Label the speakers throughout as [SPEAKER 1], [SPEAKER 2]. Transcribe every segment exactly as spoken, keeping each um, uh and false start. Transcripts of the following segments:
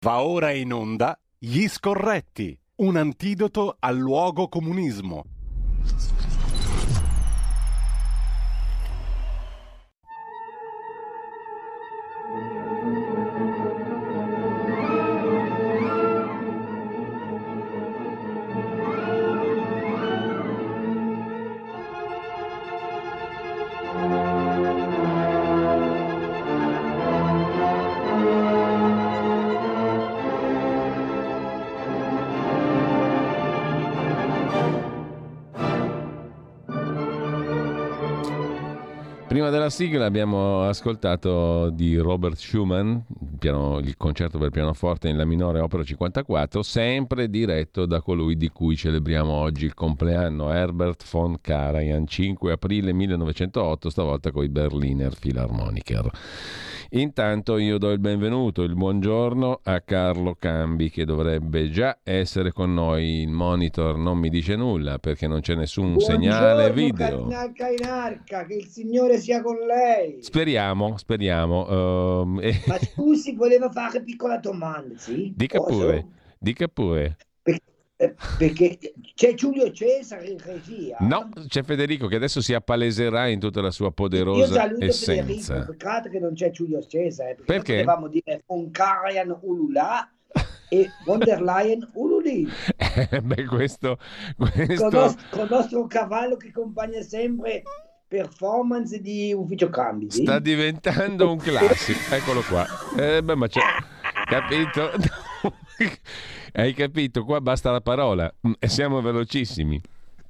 [SPEAKER 1] Va ora in onda Gli Scorretti, un antidoto al luogo comunismo.
[SPEAKER 2] Prima della sigla abbiamo ascoltato di Robert Schumann, il, piano, il concerto per pianoforte in La minore opera cinquantaquattro, sempre diretto da colui di cui celebriamo oggi il compleanno, Herbert von Karajan, cinque aprile millenovecentootto, stavolta con i Berliner Philharmoniker. Intanto io do il benvenuto, il buongiorno a Carlo Cambi, che dovrebbe già essere con noi. Il monitor non mi dice nulla perché non c'è nessun
[SPEAKER 3] Buongiorno,
[SPEAKER 2] segnale video.
[SPEAKER 3] Carinarca Inarca, che il Signore sia con lei.
[SPEAKER 2] Speriamo, speriamo. Um, e...
[SPEAKER 3] Ma scusi, volevo fare una piccola domanda, sì?
[SPEAKER 2] Dica
[SPEAKER 3] Posso?
[SPEAKER 2] pure, dica pure.
[SPEAKER 3] Perché, eh, perché c'è Giulio Cesare in regia?
[SPEAKER 2] No, c'è Federico che adesso si appaleserà in tutta la sua
[SPEAKER 3] Io
[SPEAKER 2] poderosa
[SPEAKER 3] saluto
[SPEAKER 2] essenza.
[SPEAKER 3] Federico, peccato che non c'è Giulio Cesare, perché,
[SPEAKER 2] Perché?
[SPEAKER 3] potevamo dire von Karajan ululà e von der Leyen ululì.
[SPEAKER 2] Eh, beh, questo... questo...
[SPEAKER 3] Con, nos- con il nostro cavallo che accompagna sempre performance di ufficio cambi. Sì?
[SPEAKER 2] Sta diventando un classico, eccolo qua. Eh, beh, ma c'è... Capito? Hai capito? Qua basta la parola e siamo velocissimi.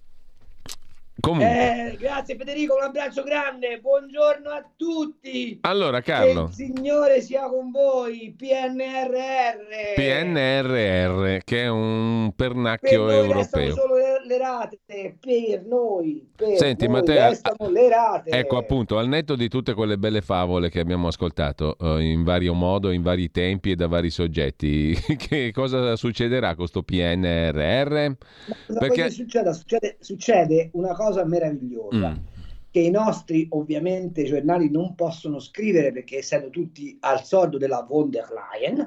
[SPEAKER 2] Comunque.
[SPEAKER 3] Eh, grazie Federico, un abbraccio grande, buongiorno a tutti.
[SPEAKER 2] Allora Carlo,
[SPEAKER 3] che il Signore sia con voi. P N R R
[SPEAKER 2] P N R R, che è un
[SPEAKER 3] per
[SPEAKER 2] pernacchio
[SPEAKER 3] noi restano
[SPEAKER 2] europeo.
[SPEAKER 3] solo le, le rate, per noi, per
[SPEAKER 2] Senti,
[SPEAKER 3] noi
[SPEAKER 2] Matteo,
[SPEAKER 3] restano le rate.
[SPEAKER 2] Ecco appunto, al netto di tutte quelle belle favole che abbiamo ascoltato eh, in vario modo, in vari tempi e da vari soggetti, che cosa succederà con sto P N R R?
[SPEAKER 3] Ma cosa
[SPEAKER 2] Perché...
[SPEAKER 3] poi che succeda? Succede, succede una cosa meravigliosa,
[SPEAKER 2] Mm.
[SPEAKER 3] che i nostri ovviamente giornali non possono scrivere perché essendo tutti al sordo della von der Leyen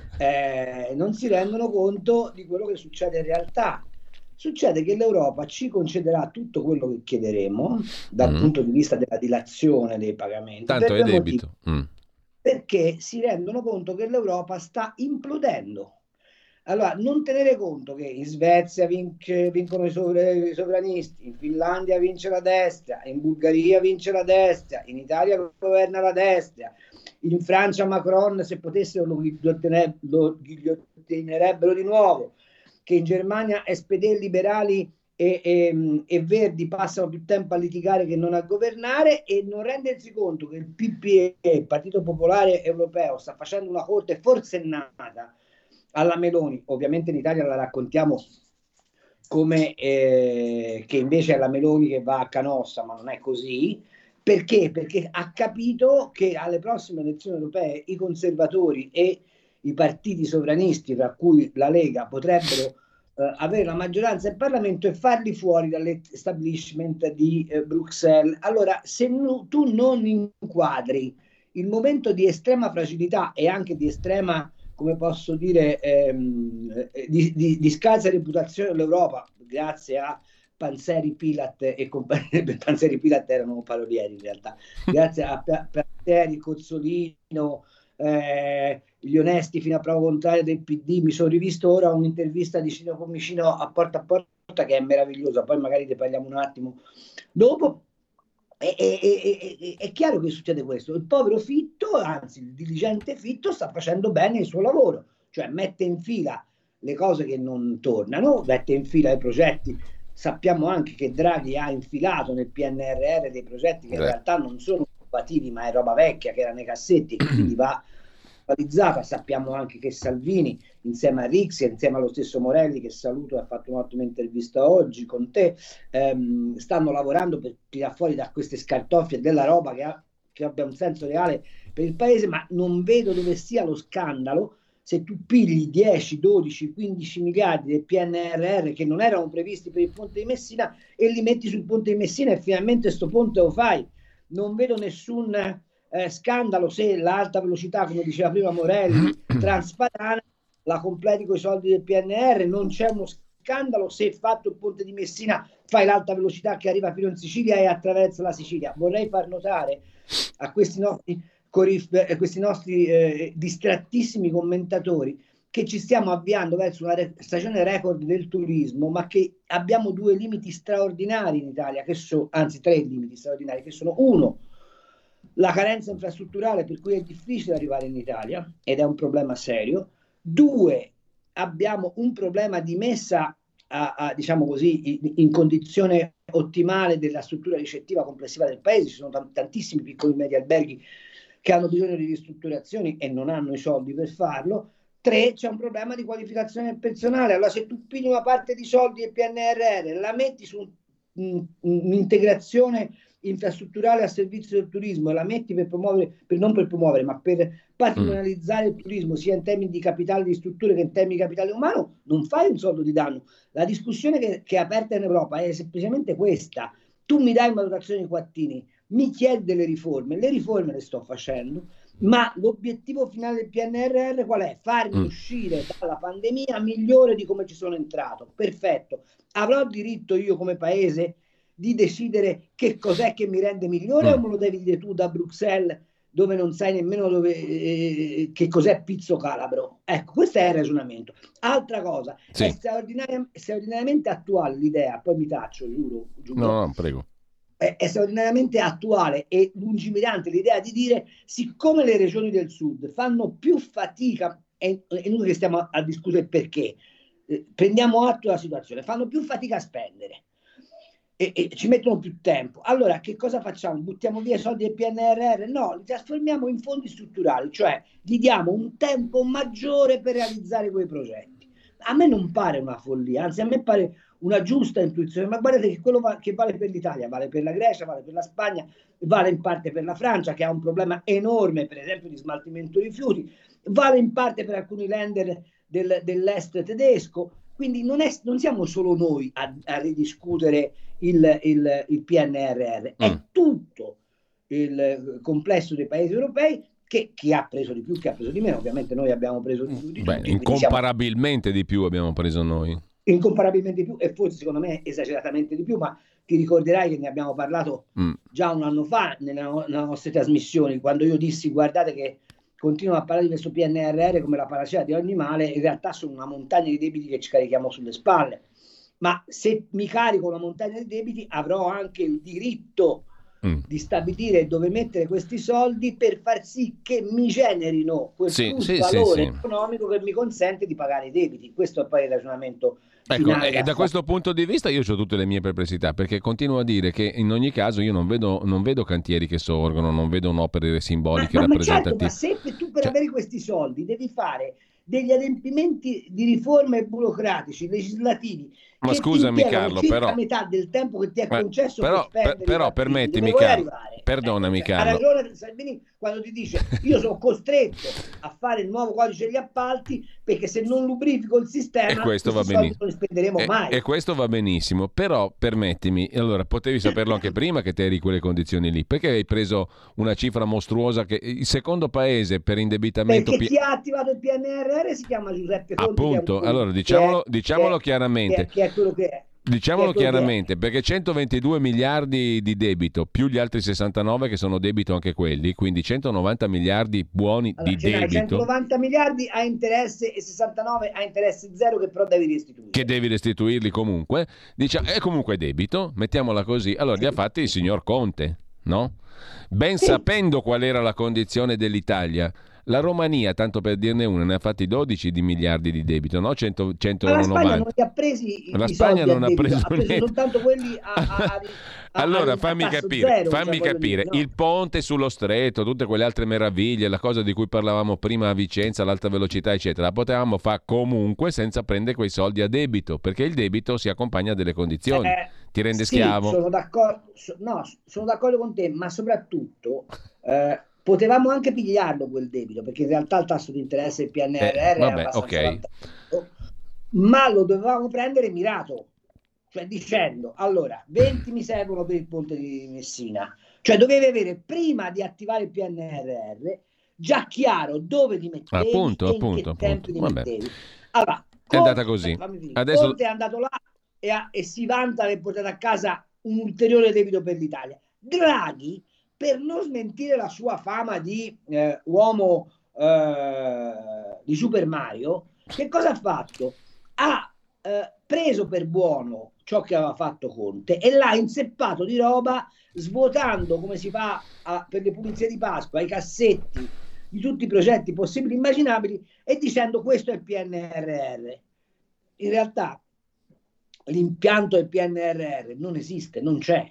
[SPEAKER 3] eh, non si rendono conto di quello che succede in realtà. Succede che l'Europa ci concederà tutto quello che chiederemo dal
[SPEAKER 2] Mm.
[SPEAKER 3] punto di vista della dilazione dei pagamenti.
[SPEAKER 2] Tanto
[SPEAKER 3] per
[SPEAKER 2] è
[SPEAKER 3] due
[SPEAKER 2] debito.
[SPEAKER 3] motivi.
[SPEAKER 2] Mm.
[SPEAKER 3] Perché si rendono conto che l'Europa sta implodendo. Allora, non tenere conto che in Svezia vince, vincono i, sovra- i sovranisti, in Finlandia vince la destra, in Bulgaria vince la destra, in Italia governa la destra, in Francia Macron, se potessero, lo ghigliottine- lo ghigliottinerebbero di nuovo, che in Germania S P D, liberali e, e, e Verdi passano più tempo a litigare che non a governare, e non rendersi conto che il P P E, il Partito Popolare Europeo, sta facendo una corte forsennata alla Meloni. Ovviamente in Italia la raccontiamo come eh, che invece è la Meloni che va a Canossa, ma non è così. Perché? Perché ha capito che alle prossime elezioni europee i conservatori e i partiti sovranisti, tra cui la Lega, potrebbero eh, avere la maggioranza in Parlamento e farli fuori dall'establishment di eh, Bruxelles. Allora, se no, tu non inquadri il momento di estrema fragilità e anche di estrema, come posso dire, ehm, di, di, di scarsa reputazione dell'Europa, grazie a Panzeri, Pilat e compagnia. Panzeri, Pilat erano parolieri in realtà, grazie a Panzeri, Cozzolino, eh, gli onesti fino a prova contraria del P D. Mi sono rivisto ora un'intervista di Cino Commicino a Porta a Porta che è meravigliosa, poi magari ne parliamo un attimo dopo. È, è, è, è chiaro che succede questo. Il povero Fitto, anzi il dirigente Fitto, sta facendo bene il suo lavoro, cioè mette in fila le cose che non tornano, mette in fila i progetti. Sappiamo anche che Draghi ha infilato nel P N R R dei progetti che in realtà non sono innovativi, ma è roba vecchia che era nei cassetti, quindi va attualizzata. Sappiamo anche che Salvini, insieme a Rixi, insieme allo stesso Morelli, che saluto, ha fatto un'ottima intervista oggi con te, ehm, stanno lavorando per tirare fuori da queste scartoffie della roba che, ha, che abbia un senso reale per il paese, ma non vedo dove sia lo scandalo se tu pigli dieci, dodici, quindici miliardi del P N R R che non erano previsti per il ponte di Messina e li metti sul ponte di Messina e finalmente sto ponte lo fai. Non vedo nessun eh, scandalo se l'alta velocità, come diceva prima Morelli, Transpadana la completi con i soldi del P N R R, non c'è uno scandalo se fatto il ponte di Messina fai l'alta velocità che arriva fino in Sicilia e attraversa la Sicilia. Vorrei far notare a questi nostri, corif- questi nostri eh, distrattissimi commentatori che ci stiamo avviando verso una re- stagione record del turismo, ma che abbiamo due limiti straordinari in Italia, che sono, anzi tre limiti straordinari, che sono: uno, la carenza infrastrutturale, per cui è difficile arrivare in Italia ed è un problema serio; due, abbiamo un problema di messa a, a, diciamo così, in, in condizione ottimale della struttura ricettiva complessiva del paese. Ci sono t- tantissimi piccoli e medi alberghi che hanno bisogno di ristrutturazioni e non hanno i soldi per farlo. Tre, c'è un problema di qualificazione del personale. Allora, se tu pigli una parte di soldi del P N R R, la metti su un, un'integrazione infrastrutturale a servizio del turismo e la metti per promuovere, per non per promuovere, ma per patrimonializzare il turismo, sia in termini di capitale di strutture che in termini di capitale umano, non fai un soldo di danno. La discussione che, che è aperta in Europa è semplicemente questa: tu mi dai in valutazione i quattrini, mi chiedi delle riforme, le riforme le sto facendo, ma l'obiettivo finale del P N R R qual è? Farmi mm. uscire dalla pandemia migliore di come ci sono entrato. Perfetto. Avrò diritto io come paese di decidere che cos'è che mi rende migliore, mm. o me lo devi dire tu da Bruxelles, dove non sai nemmeno dove, eh, che cos'è pizzo calabro? Ecco, questo è il ragionamento. Altra cosa, sì. È straordinari- straordinariamente attuale l'idea, poi mi taccio, giuro. giuro.
[SPEAKER 2] No, no, prego.
[SPEAKER 3] È, è straordinariamente attuale e lungimirante l'idea di dire: siccome le regioni del sud fanno più fatica, è, è inutile che stiamo a, a discutere perché, eh, prendiamo atto della situazione, fanno più fatica a spendere e, e ci mettono più tempo. Allora che cosa facciamo? Buttiamo via i soldi del P N R R? No, li trasformiamo in fondi strutturali, cioè gli diamo un tempo maggiore per realizzare quei progetti. A me non pare una follia, anzi a me pare una giusta intuizione, ma guardate che quello va, che vale per l'Italia, vale per la Grecia, vale per la Spagna, vale in parte per la Francia, che ha un problema enorme, per esempio, di smaltimento di rifiuti, vale in parte per alcuni länder del, dell'est tedesco. Quindi non, è, non siamo solo noi a, a ridiscutere il, il, il P N R R, è mm. tutto il complesso dei paesi europei, che chi ha preso di più, chi ha preso di meno. Ovviamente noi abbiamo preso di più di
[SPEAKER 2] Beh,
[SPEAKER 3] tutti,
[SPEAKER 2] incomparabilmente siamo... di più abbiamo preso noi.
[SPEAKER 3] Incomparabilmente di più, e forse secondo me esageratamente di più, ma ti ricorderai che ne abbiamo parlato mm. già un anno fa nelle, nelle nostre trasmissioni, quando io dissi: guardate che continuano a parlare di questo P N R R come la panacea di ogni male, in realtà sono una montagna di debiti che ci carichiamo sulle spalle. Ma se mi carico una montagna di debiti, avrò anche il diritto mm. di stabilire dove mettere questi soldi per far sì che mi generino quel sì, sì, valore sì, economico sì. che mi consente di pagare i debiti. Questo è poi il ragionamento.
[SPEAKER 2] Ecco, e da, da questo punto di vista io ho tutte le mie perplessità, perché continuo a dire che in ogni caso io non vedo, non vedo cantieri che sorgono, non vedo un'opere simboliche
[SPEAKER 3] ma,
[SPEAKER 2] rappresentative.
[SPEAKER 3] Ma, certo, ma se tu per cioè... avere questi soldi devi fare degli adempimenti di riforme burocratici, legislativi,
[SPEAKER 2] ma scusami Carlo, però
[SPEAKER 3] a metà del tempo che ti è concesso
[SPEAKER 2] però,
[SPEAKER 3] per spendere,
[SPEAKER 2] però permettimi Carlo, perdonami ecco, Carlo,
[SPEAKER 3] ha ragione Salvini quando ti dice: io sono costretto a fare il nuovo codice degli appalti perché se non lubrifico il sistema
[SPEAKER 2] e questo va
[SPEAKER 3] benissimo non li spenderemo
[SPEAKER 2] e,
[SPEAKER 3] mai.
[SPEAKER 2] E questo va benissimo, però permettimi, allora potevi saperlo anche prima che te eri in quelle condizioni lì, perché hai preso una cifra mostruosa che il secondo paese per indebitamento
[SPEAKER 3] perché chi ha attivato il P N R R si chiama Giuseppe Conte,
[SPEAKER 2] appunto, allora diciamolo,
[SPEAKER 3] è,
[SPEAKER 2] diciamolo
[SPEAKER 3] è,
[SPEAKER 2] chiaramente
[SPEAKER 3] che è, che è quello che è.
[SPEAKER 2] Diciamolo chiaramente, perché centoventidue miliardi di debito più gli altri sessantanove che sono debito anche quelli, quindi centonovanta miliardi buoni allora, di debito.
[SPEAKER 3] centonovanta miliardi a interesse e sessantanove a interesse zero che però devi restituire.
[SPEAKER 2] Che devi restituirli comunque. Diciamo, è comunque debito, mettiamola così. Allora li ha fatti il signor Conte, no? Ben sì. sapendo qual era la condizione dell'Italia. La Romania, tanto per dirne una, ne ha fatti dodici di miliardi di debito, no? cento, centonovanta.
[SPEAKER 3] Ma la Spagna non li ha presi
[SPEAKER 2] la
[SPEAKER 3] i
[SPEAKER 2] Spagna
[SPEAKER 3] soldi
[SPEAKER 2] non
[SPEAKER 3] ha
[SPEAKER 2] preso,
[SPEAKER 3] preso, ha preso soltanto quelli a, a, a, a
[SPEAKER 2] allora
[SPEAKER 3] a,
[SPEAKER 2] fammi
[SPEAKER 3] a
[SPEAKER 2] capire,
[SPEAKER 3] zero,
[SPEAKER 2] fammi
[SPEAKER 3] cioè,
[SPEAKER 2] capire
[SPEAKER 3] dire, no?
[SPEAKER 2] Il ponte sullo stretto, tutte quelle altre meraviglie, la cosa di cui parlavamo prima a Vicenza, l'alta velocità eccetera, la potevamo fare comunque senza prendere quei soldi a debito, perché il debito si accompagna a delle condizioni, eh, ti rende
[SPEAKER 3] sì,
[SPEAKER 2] schiavo.
[SPEAKER 3] Sono d'accordo, so, no, sono d'accordo con te, ma soprattutto eh, potevamo anche pigliarlo quel debito, perché in realtà il tasso di interesse del P N R R
[SPEAKER 2] eh, vabbè,
[SPEAKER 3] è abbastanza
[SPEAKER 2] okay.
[SPEAKER 3] vantaggioso, ma lo dovevamo prendere mirato, cioè dicendo: allora venti mi servono per il ponte di Messina, cioè dovevi avere, prima di attivare il P N R R, già chiaro dove li mettevi
[SPEAKER 2] appunto,
[SPEAKER 3] e in
[SPEAKER 2] appunto,
[SPEAKER 3] che tempi li
[SPEAKER 2] Vabbè.
[SPEAKER 3] mettevi. Allora,
[SPEAKER 2] è
[SPEAKER 3] Conte,
[SPEAKER 2] andata così. Adesso...
[SPEAKER 3] Conte è andato là e, ha, e si vanta di aver portato a casa un ulteriore debito per l'Italia. Draghi, per non smentire la sua fama di eh, uomo eh, di Super Mario, che cosa ha fatto? Ha eh, preso per buono ciò che aveva fatto Conte e l'ha inzeppato di roba, svuotando, come si fa a, per le pulizie di Pasqua, i cassetti di tutti i progetti possibili e immaginabili e dicendo questo è il P N R R. In realtà l'impianto del P N R R non esiste, non c'è.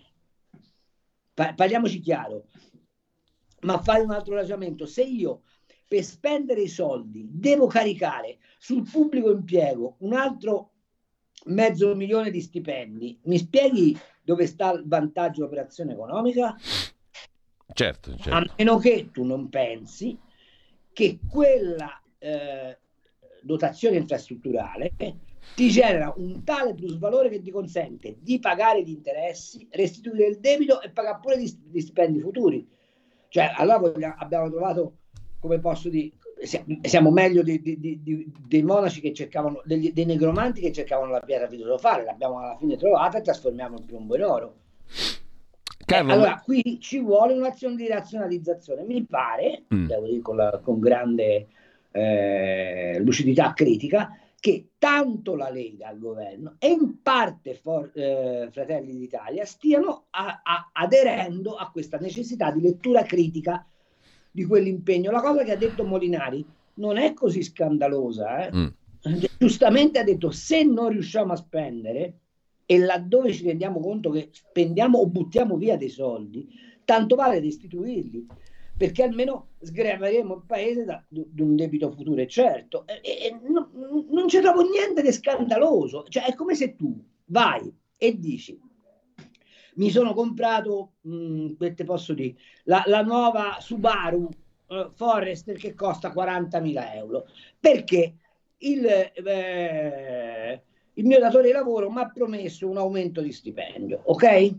[SPEAKER 3] Pa- parliamoci chiaro. Ma fai un altro ragionamento. Se io per spendere i soldi devo caricare sul pubblico impiego un altro mezzo milione di stipendi, mi spieghi dove sta il vantaggio dell'operazione economica?
[SPEAKER 2] Certo, certo.
[SPEAKER 3] A meno che tu non pensi che quella eh, dotazione infrastrutturale ti genera un tale plusvalore che ti consente di pagare gli interessi, restituire il debito e pagare pure gli, gli stipendi futuri. Cioè, allora abbiamo trovato, come posso dire, siamo meglio di, di, di, dei monaci che cercavano, degli, dei negromanti che cercavano la pietra filosofale, l'abbiamo alla fine trovata e trasformiamo il piombo in oro.
[SPEAKER 2] Carlo,
[SPEAKER 3] eh, allora, qui ci vuole un'azione di razionalizzazione. Mi pare, mm. devo dire con, la, con grande eh, lucidità critica, che tanto la Lega al governo e in parte for, eh, Fratelli d'Italia stiano a, a, aderendo a questa necessità di lettura critica di quell'impegno. La cosa che ha detto Molinari non è così scandalosa. Eh? Mm. Giustamente ha detto, se non riusciamo a spendere e laddove ci rendiamo conto che spendiamo o buttiamo via dei soldi, tanto vale restituirli, perché almeno sgraveremo il paese da, da un debito futuro. E certo, e, e no, non ci trovo niente di scandaloso. Cioè, è come se tu vai e dici, mi sono comprato, mh, che te posso dire, la, la nuova Subaru uh, Forester che costa quarantamila euro, perché il, eh, il mio datore di lavoro mi ha promesso un aumento di stipendio, ok?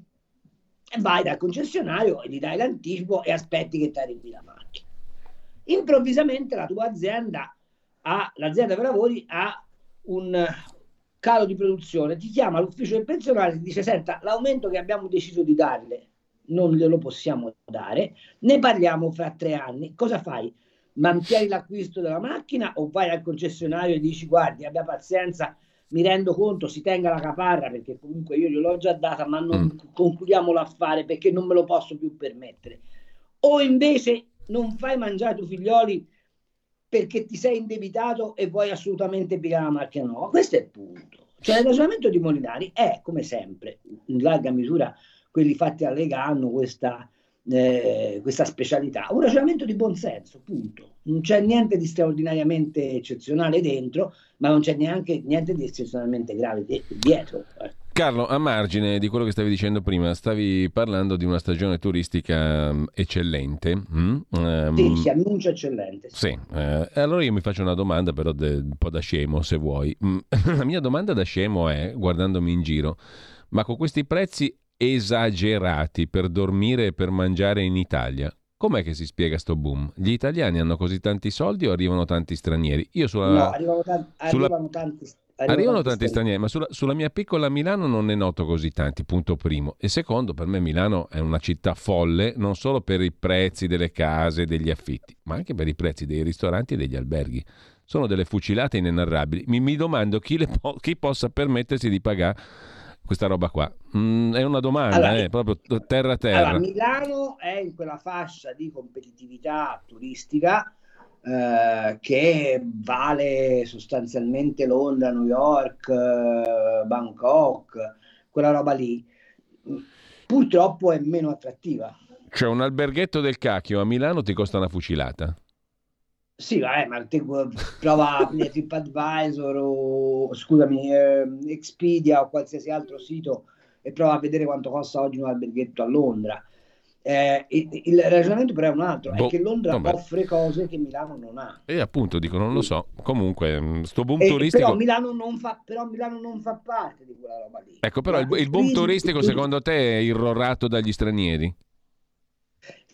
[SPEAKER 3] E vai dal concessionario e gli dai l'anticipo e aspetti che ti arrivi la macchina. Improvvisamente la tua azienda, ha, l'azienda per lavori, ha un calo di produzione, ti chiama l'ufficio del pensionario e ti dice, senta, l'aumento che abbiamo deciso di darle non glielo possiamo dare, ne parliamo fra tre anni. Cosa fai? Mantieni l'acquisto della macchina o vai al concessionario e dici, guardi, abbia pazienza, mi rendo conto, si tenga la caparra perché comunque io gliel'ho già data, ma non mm. concludiamo l'affare perché non me lo posso più permettere. O invece non fai mangiare i tuoi figlioli perché ti sei indebitato e vuoi assolutamente pigliare la macchina nuova. Questo è il punto. Cioè il ragionamento di Molinari è, come sempre, in larga misura quelli fatti alla Lega hanno questa, eh, questa specialità, un ragionamento di buonsenso, punto. Non c'è niente di straordinariamente eccezionale dentro, ma non c'è neanche niente di eccezionalmente grave de- dietro.
[SPEAKER 2] Carlo, a margine di quello che stavi dicendo prima, stavi parlando di una stagione turistica um, eccellente. Mm? Um,
[SPEAKER 3] sì, si annuncia eccellente.
[SPEAKER 2] Sì, sì eh, allora io mi faccio una domanda però de, un po' da scemo, se vuoi. Mm. La mia domanda da scemo è, guardandomi in giro, ma con questi prezzi esagerati per dormire e per mangiare in Italia, com'è che si spiega sto boom? Gli italiani hanno così tanti soldi o arrivano tanti stranieri? Io sulla,
[SPEAKER 3] no, arrivano, ta-
[SPEAKER 2] sulla...
[SPEAKER 3] arrivano tanti stranieri.
[SPEAKER 2] Arrivano, arrivano tanti stranieri, ma sulla, sulla mia piccola Milano non ne noto così tanti, punto primo. E secondo, per me Milano è una città folle, non solo per i prezzi delle case, degli affitti, ma anche per i prezzi dei ristoranti e degli alberghi. Sono delle fucilate inenarrabili. Mi, mi domando chi, le po- chi possa permettersi di pagare questa roba qua. Mm, è una domanda,
[SPEAKER 3] allora,
[SPEAKER 2] eh, proprio terra a terra.
[SPEAKER 3] Allora, Milano è in quella fascia di competitività turistica Uh, che vale sostanzialmente Londra, New York, uh, Bangkok, quella roba lì, purtroppo è meno attrattiva.
[SPEAKER 2] Cioè un alberghetto del cacchio a Milano ti costa una fucilata?
[SPEAKER 3] Sì, vabbè, ma te prova a TripAdvisor o scusami, eh, Expedia o qualsiasi altro sito e prova a vedere quanto costa oggi un alberghetto a Londra. Eh, il, il ragionamento però è un altro, boh, è che Londra vabbè. offre cose che Milano non ha.
[SPEAKER 2] E appunto dico, non lo so. Comunque, sto boom
[SPEAKER 3] e,
[SPEAKER 2] turistico.
[SPEAKER 3] Però Milano, non fa, però Milano non fa parte di quella roba lì.
[SPEAKER 2] Ecco, però il, il boom turistico secondo te è irrorato dagli stranieri?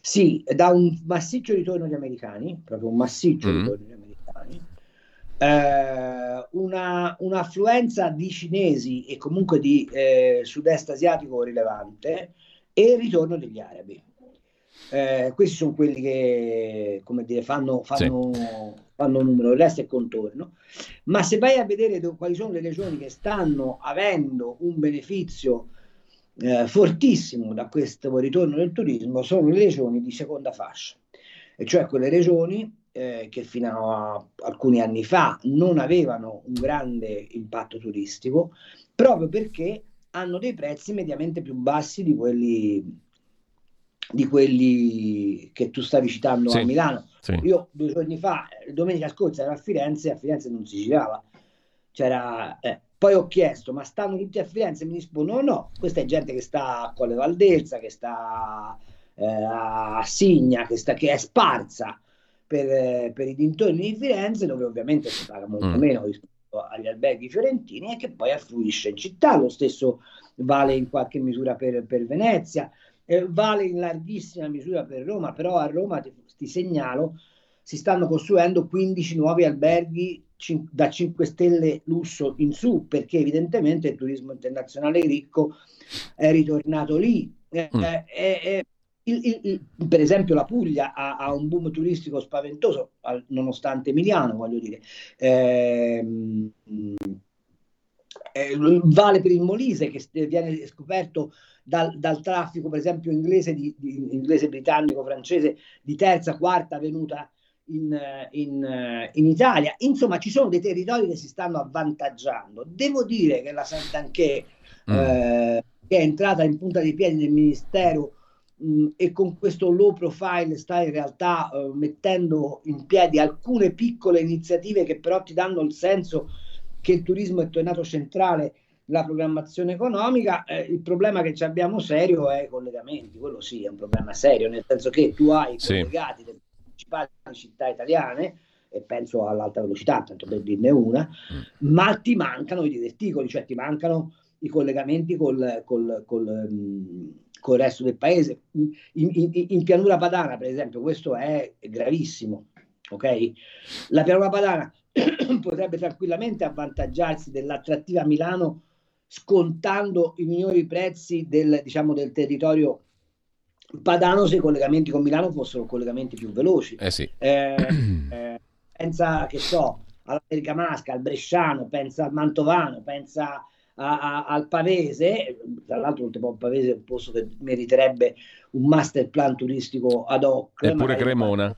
[SPEAKER 3] Sì, da un massiccio ritorno di americani, proprio un massiccio
[SPEAKER 2] Mm.
[SPEAKER 3] ritorno di americani, eh, una, un'affluenza di cinesi e comunque di eh, sud-est asiatico rilevante e il ritorno degli arabi. Eh, questi sono quelli che, come dire, fanno,
[SPEAKER 2] Sì.
[SPEAKER 3] fanno, fanno numero, il resto è contorno. Ma se vai a vedere do- quali sono le regioni che stanno avendo un beneficio eh, fortissimo da questo ritorno del turismo, sono le regioni di seconda fascia, e cioè quelle regioni eh, che fino a alcuni anni fa non avevano un grande impatto turistico, proprio perché hanno dei prezzi mediamente più bassi di quelli, di quelli che tu stavi citando
[SPEAKER 2] Sì,
[SPEAKER 3] a Milano.
[SPEAKER 2] sì.
[SPEAKER 3] Io due giorni fa, domenica scorsa, ero a Firenze e a Firenze non si girava. C'era, eh, poi ho chiesto, ma stanno tutti a Firenze? Mi rispondono no, questa è gente che sta a Colle Valdelsa, che sta eh, a Signa, che, sta, che è sparsa per, eh, per i dintorni di Firenze, dove ovviamente si paga molto
[SPEAKER 2] Mm.
[SPEAKER 3] meno rispetto agli alberghi fiorentini e che poi affluisce in città. Lo stesso vale in qualche misura per, per Venezia, eh, vale in larghissima misura per Roma, però a Roma ti, ti segnalo si stanno costruendo quindici nuovi alberghi cin- da cinque stelle lusso in su, perché evidentemente il turismo internazionale ricco è ritornato lì. Eh,
[SPEAKER 2] Mm.
[SPEAKER 3] eh, eh, il, il, il, per esempio la Puglia ha, ha un boom turistico spaventoso, al, nonostante Milano, voglio dire. Eh, eh, vale per il Molise, che viene scoperto dal, dal traffico, per esempio, inglese, di, di, inglese, britannico, francese, di terza, quarta venuta in, in, in Italia. Insomma, ci sono dei territori che si stanno avvantaggiando. Devo dire che la Santanchè, mm. eh, che è entrata in punta dei piedi del Ministero mh, e con questo low profile sta in realtà uh, mettendo in piedi alcune piccole iniziative che però ti danno il senso che il turismo è tornato centrale nella programmazione economica. Eh, il problema che ci abbiamo serio è i collegamenti, quello sì è un problema serio, nel senso che tu hai
[SPEAKER 2] sì.
[SPEAKER 3] collegati le principali città italiane, e penso all'alta velocità, tanto per dirne una, mm. ma ti mancano i diverticoli, cioè ti mancano i collegamenti col, col, col, um, col resto del paese. In, in, in pianura padana, per esempio, questo è gravissimo, ok? La pianura padana potrebbe tranquillamente avvantaggiarsi dell'attrattiva Milano scontando i minori prezzi del, diciamo, del territorio padano se i collegamenti con Milano fossero collegamenti più veloci.
[SPEAKER 2] Eh sì.
[SPEAKER 3] eh, eh, pensa, che so, alla Bergamasca, al Bresciano, pensa al Mantovano, pensa a, a, al Pavese. Tra l'altro il Pavese è un posto che meriterebbe un master plan turistico ad hoc.
[SPEAKER 2] E pure Cremona.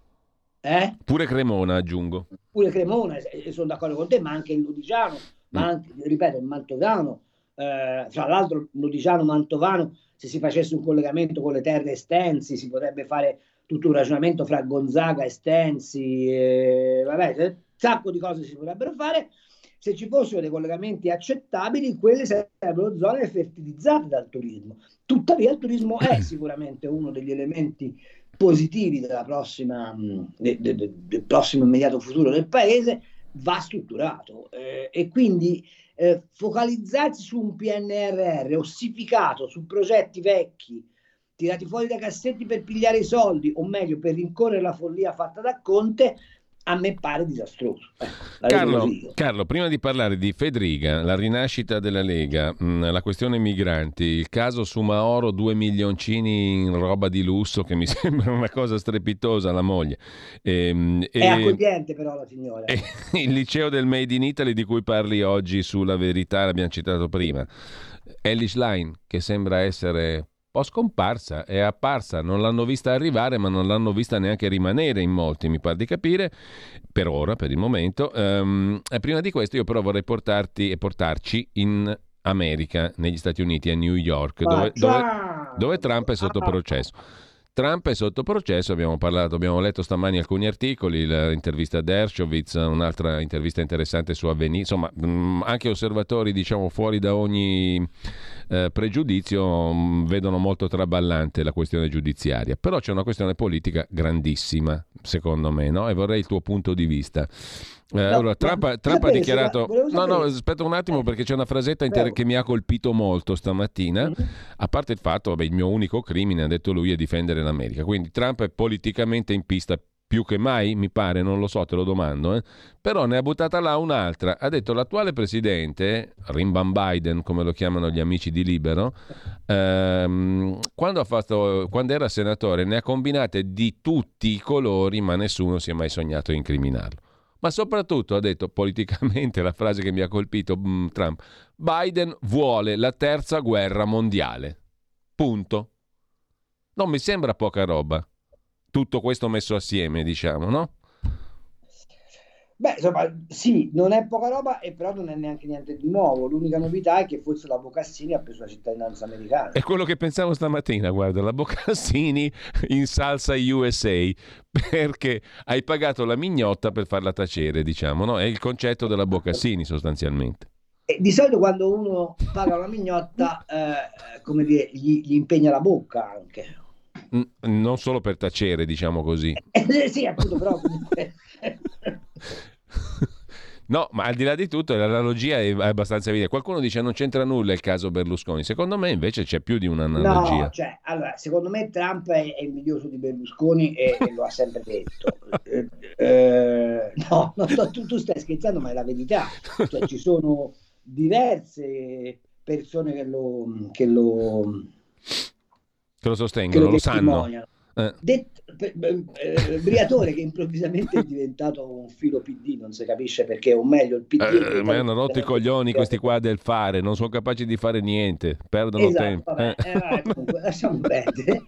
[SPEAKER 3] Eh?
[SPEAKER 2] Pure Cremona, aggiungo.
[SPEAKER 3] Pure Cremona, e sono d'accordo con te, ma anche il Lodigiano, ma anche, ripeto, il Mantovano. Eh, tra l'altro il Lodigiano-Mantovano, se si facesse un collegamento con le terre estensi, si potrebbe fare tutto un ragionamento fra Gonzaga e Stensi, eh, vabbè, un sacco di cose si potrebbero fare. Se ci fossero dei collegamenti accettabili, quelle sarebbero zone fertilizzate dal turismo. Tuttavia il turismo è sicuramente uno degli elementi positivi della prossima, de, de, de, del prossimo immediato futuro del paese, va strutturato eh, e quindi eh, focalizzarsi su un P N R R ossificato su progetti vecchi tirati fuori dai cassetti per pigliare i soldi, o meglio per rincorrere la follia fatta da Conte, a me pare disastroso. Ecco,
[SPEAKER 2] Carlo, Carlo, prima di parlare di Fedriga, la rinascita della Lega, mh, la questione migranti, il caso Sumaoro, due milioncini in roba di lusso, che mi sembra una cosa strepitosa, la moglie. E,
[SPEAKER 3] È e, accogliente però la signora.
[SPEAKER 2] E, il liceo del Made in Italy di cui parli oggi sulla Verità, l'abbiamo citato prima. Ellis Line, che sembra essere po' scomparsa, è apparsa, non l'hanno vista arrivare ma non l'hanno vista neanche rimanere in molti, mi pare di capire, per ora, per il momento. Um, e prima di questo io però vorrei portarti e portarci in America, negli Stati Uniti, a New York, dove, dove, dove Trump è sotto processo. Trump è sotto processo, abbiamo parlato, abbiamo letto stamani alcuni articoli, l'intervista a Dershowitz, un'altra intervista interessante su Avvenire, insomma mh, anche osservatori diciamo fuori da ogni eh, pregiudizio mh, vedono molto traballante la questione giudiziaria, però c'è una questione politica grandissima secondo me, no? E vorrei il tuo punto di vista. Eh,
[SPEAKER 3] No,
[SPEAKER 2] allora, Trump,
[SPEAKER 3] ma
[SPEAKER 2] Trump ha
[SPEAKER 3] sapere,
[SPEAKER 2] dichiarato...
[SPEAKER 3] volevo
[SPEAKER 2] No, no,
[SPEAKER 3] sapere.
[SPEAKER 2] aspetta un attimo
[SPEAKER 3] Eh,
[SPEAKER 2] perché c'è una frasetta inter-
[SPEAKER 3] prego.
[SPEAKER 2] che mi ha colpito molto stamattina,
[SPEAKER 3] Mhm.
[SPEAKER 2] a parte il fatto, vabbè, il mio unico crimine, ha detto lui, è difendere l'America. Quindi Trump è politicamente in pista più che mai, mi pare, non lo so, te lo domando, eh. Però ne ha buttata là un'altra. Ha detto l'attuale presidente, Rimban Biden, come lo chiamano gli amici di Libero, ehm, quando, ha fatto, quando era senatore ne ha combinate di tutti i colori, ma nessuno si è mai sognato di incriminarlo. Ma soprattutto ha detto politicamente la frase che mi ha colpito mh, Trump: Biden vuole la terza guerra mondiale. Punto. Non mi sembra poca roba. Tutto questo messo assieme, diciamo, no?
[SPEAKER 3] Beh, insomma, sì, non è poca roba e però non è neanche niente di nuovo. L'unica novità è che forse la Bocassini ha preso la cittadinanza americana.
[SPEAKER 2] È quello che pensavo stamattina, guarda, la Boccassini in salsa U S A, perché hai pagato la mignotta per farla tacere, diciamo, no? È il concetto della Boccassini sostanzialmente.
[SPEAKER 3] E di solito quando uno paga una mignotta, eh, come dire, gli, gli impegna la bocca anche.
[SPEAKER 2] N- non solo per tacere, diciamo così.
[SPEAKER 3] Eh, sì, appunto, però comunque...
[SPEAKER 2] No, ma al di là di tutto l'analogia è abbastanza evidente. Qualcuno dice non c'entra nulla il caso Berlusconi. Secondo me invece c'è più di
[SPEAKER 3] No,
[SPEAKER 2] un'analogia.
[SPEAKER 3] cioè, allora, secondo me Trump è, è invidioso di Berlusconi e, e lo ha sempre detto. Eh, eh, no, no, no, tu, tu stai scherzando, ma è la verità. Cioè, ci sono diverse persone che lo, che lo,
[SPEAKER 2] Che lo
[SPEAKER 3] che
[SPEAKER 2] sostengono,
[SPEAKER 3] lo
[SPEAKER 2] lo sanno.
[SPEAKER 3] testimoniano.
[SPEAKER 2] Eh.
[SPEAKER 3] Det- per- per- eh, Briatore che improvvisamente è diventato un filo P D, non si capisce perché, o meglio, il P D è
[SPEAKER 2] Eh, ma
[SPEAKER 3] diventato
[SPEAKER 2] hanno rotto i
[SPEAKER 3] improvvisamente
[SPEAKER 2] coglioni questi qua
[SPEAKER 3] Briatore.
[SPEAKER 2] del fare, non sono capaci di fare niente, perdono
[SPEAKER 3] Esatto,
[SPEAKER 2] tempo.
[SPEAKER 3] vabbè,
[SPEAKER 2] Eh.
[SPEAKER 3] eh, vabbè, comunque lasciamo perdere.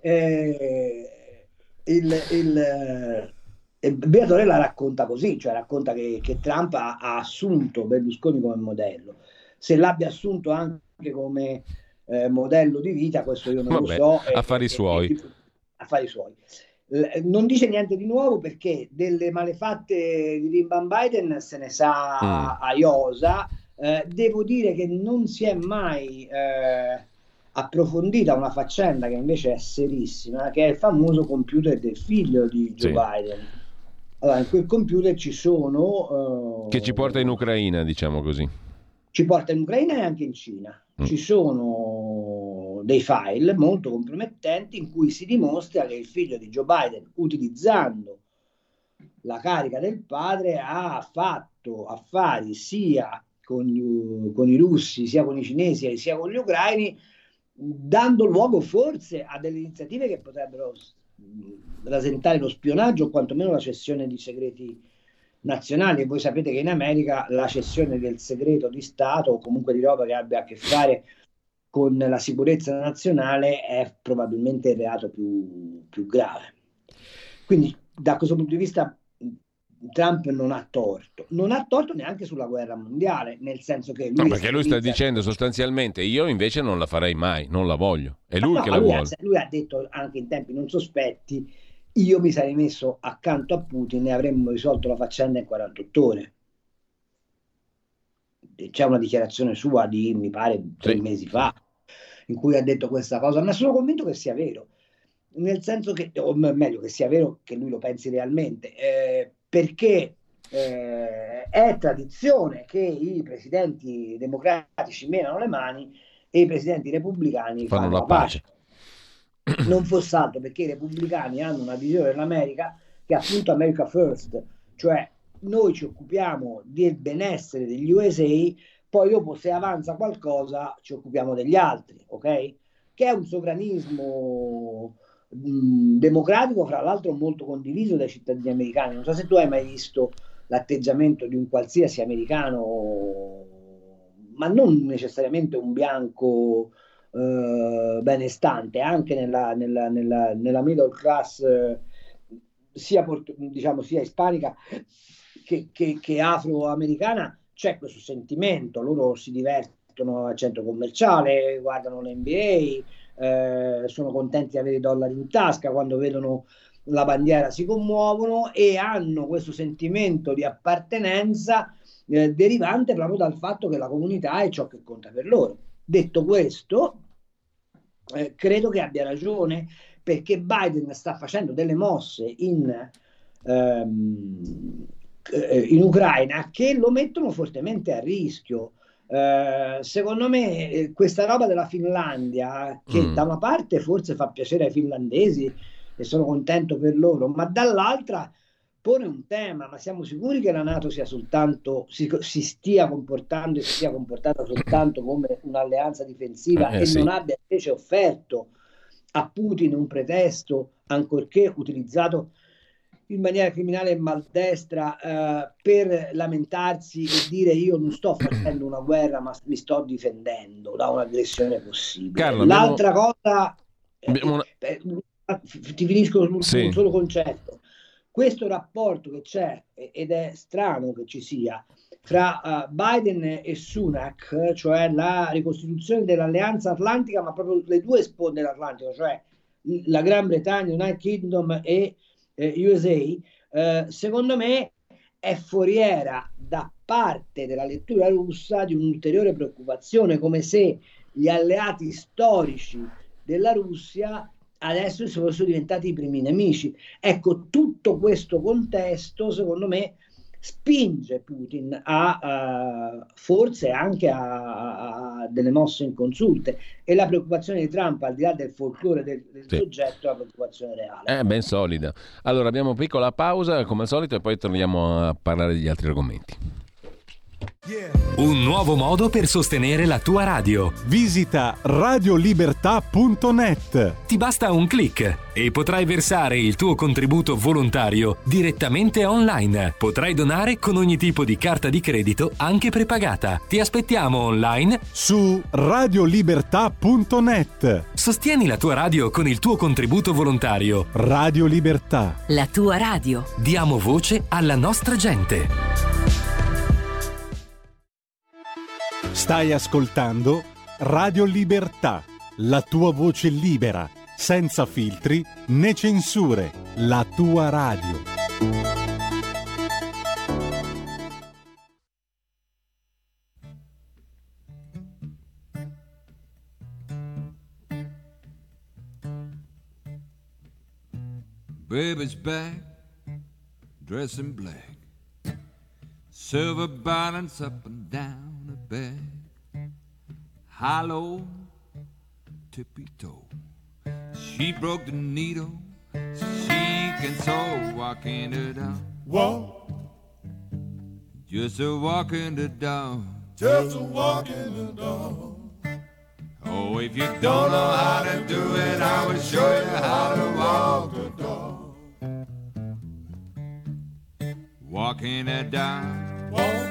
[SPEAKER 3] Eh, il, il, eh, Briatore la racconta così, cioè racconta che, che Trump ha, ha assunto Berlusconi come modello. Se l'abbia assunto anche come eh, modello di vita, questo io non lo
[SPEAKER 2] Vabbè,
[SPEAKER 3] so, e,
[SPEAKER 2] affari
[SPEAKER 3] e, e,
[SPEAKER 2] suoi.
[SPEAKER 3] e affari suoi. L- Non dice niente di nuovo perché delle malefatte di Rimban Biden se ne sa
[SPEAKER 2] Mm.
[SPEAKER 3] a, a iosa. Eh, devo dire che non si è mai eh, approfondita una faccenda che invece è serissima, che è il famoso computer del figlio di Joe
[SPEAKER 2] Sì.
[SPEAKER 3] Biden. Allora, in quel computer ci sono...
[SPEAKER 2] Che ci porta in
[SPEAKER 3] eh,
[SPEAKER 2] Ucraina, diciamo così.
[SPEAKER 3] ci porta in Ucraina e anche in Cina.
[SPEAKER 2] Mm.
[SPEAKER 3] Ci sono dei file molto compromettenti in cui si dimostra che il figlio di Joe Biden, utilizzando la carica del padre, ha fatto affari sia con, gli- con i russi, sia con i cinesi, sia con gli ucraini, dando luogo forse a delle iniziative che potrebbero mh, rasentare lo spionaggio o quantomeno la cessione di segreti nazionali. E voi sapete che in America la cessione del segreto di Stato o comunque di roba che abbia a che fare con la sicurezza nazionale è probabilmente il reato più, più grave. Quindi da questo punto di vista Trump non ha torto, non ha torto neanche sulla guerra mondiale, nel senso che
[SPEAKER 2] No,
[SPEAKER 3] lui
[SPEAKER 2] perché lui sta
[SPEAKER 3] estremizza.
[SPEAKER 2] dicendo sostanzialmente io invece non la farei mai, non la voglio. È
[SPEAKER 3] Ma
[SPEAKER 2] lui
[SPEAKER 3] no,
[SPEAKER 2] che
[SPEAKER 3] ma
[SPEAKER 2] la
[SPEAKER 3] lui ha,
[SPEAKER 2] vuole.
[SPEAKER 3] lui ha detto anche in tempi non sospetti, io mi sarei messo accanto a Putin e avremmo risolto la faccenda in quarantotto ore. C'è una dichiarazione sua di, mi pare, tre
[SPEAKER 2] Sì,
[SPEAKER 3] mesi
[SPEAKER 2] sì.
[SPEAKER 3] fa, in cui ha detto questa cosa, ma sono convinto che sia vero, nel senso che, o meglio, che sia vero che lui lo pensi realmente, eh, perché eh, è tradizione che i presidenti democratici menano le mani e i presidenti repubblicani
[SPEAKER 2] Fanno
[SPEAKER 3] fanno
[SPEAKER 2] la
[SPEAKER 3] la pace.
[SPEAKER 2] pace.
[SPEAKER 3] Non fosse altro perché i repubblicani hanno una visione dell'America che è appunto America First, cioè noi ci occupiamo del benessere degli U S A, poi dopo se avanza qualcosa ci occupiamo degli altri, ok? Che è un sovranismo mh, democratico, fra l'altro molto condiviso dai cittadini americani. Non so se tu hai mai visto l'atteggiamento di un qualsiasi americano, ma non necessariamente un bianco eh, benestante, anche nella, nella, nella, nella middle class eh, sia, port- diciamo, sia ispanica che, che, che afroamericana, c'è questo sentimento, loro si divertono al centro commerciale, guardano l'N B A, eh, sono contenti di avere i dollari in tasca, quando vedono la bandiera si commuovono e hanno questo sentimento di appartenenza eh, derivante proprio dal fatto che la comunità è ciò che conta per loro. Detto questo, eh, credo che abbia ragione perché Biden sta facendo delle mosse in, ehm, eh, in Ucraina, che lo mettono fortemente a rischio. Eh, secondo me eh, questa roba della Finlandia, che
[SPEAKER 2] Mm.
[SPEAKER 3] da una parte forse fa piacere ai finlandesi e sono contento per loro, ma dall'altra pone un tema: ma siamo sicuri che la NATO sia soltanto, si, si stia comportando e si sia comportata soltanto come un'alleanza difensiva
[SPEAKER 2] Eh,
[SPEAKER 3] e
[SPEAKER 2] sì.
[SPEAKER 3] non abbia invece offerto a Putin un pretesto, ancorché utilizzato in maniera criminale e maldestra, eh, per lamentarsi e dire io non sto facendo una guerra ma mi sto difendendo da un'aggressione possibile.
[SPEAKER 2] Carlo, abbiamo-
[SPEAKER 3] L'altra cosa, eh,
[SPEAKER 2] abbiamo una-
[SPEAKER 3] eh, f- ti finisco su, su
[SPEAKER 2] Sì.
[SPEAKER 3] un solo concetto. Questo rapporto che c'è, eh, ed è strano che ci sia, fra uh, Biden e Sunak, cioè la ricostituzione dell'alleanza atlantica, ma proprio le due sponde dell'Atlantico, cioè la Gran Bretagna, United Kingdom e eh, U S A, eh, secondo me è foriera da parte della lettura russa di un'ulteriore preoccupazione, come se gli alleati storici della Russia adesso sono diventati i primi nemici. Ecco, tutto questo contesto, secondo me, spinge Putin a uh, forse anche a, a delle mosse inconsulte, e la preoccupazione di Trump, al di là del folklore del, del
[SPEAKER 2] Sì.
[SPEAKER 3] soggetto, è una preoccupazione reale.
[SPEAKER 2] È ben solida. Allora abbiamo una piccola pausa come al solito e poi torniamo a parlare degli altri argomenti.
[SPEAKER 4] Un nuovo modo per sostenere la tua radio.
[SPEAKER 1] Visita radiolibertà punto net.
[SPEAKER 4] Ti basta un click e potrai versare il tuo contributo volontario direttamente online. Potrai donare con ogni tipo di carta di credito, anche prepagata. Ti aspettiamo online
[SPEAKER 1] Su radiolibertà punto net.
[SPEAKER 4] Sostieni la tua radio con il tuo contributo volontario.
[SPEAKER 1] Radio Libertà.
[SPEAKER 5] La tua radio.
[SPEAKER 4] Diamo voce alla nostra gente.
[SPEAKER 1] Stai ascoltando Radio Libertà, la tua voce libera, senza filtri né censure, la tua radio.
[SPEAKER 6] Baby's back, dressed in black, silver balance up and down her back, hollow, tippy toe. She broke the needle, so she can sew, walking the dog.
[SPEAKER 7] Walk,
[SPEAKER 6] Just a walking the dog.
[SPEAKER 7] just a walk in the dog.
[SPEAKER 6] Oh, if you don't know how to do it, I will show you how to walk the dog. Walking the dog,
[SPEAKER 7] Walk,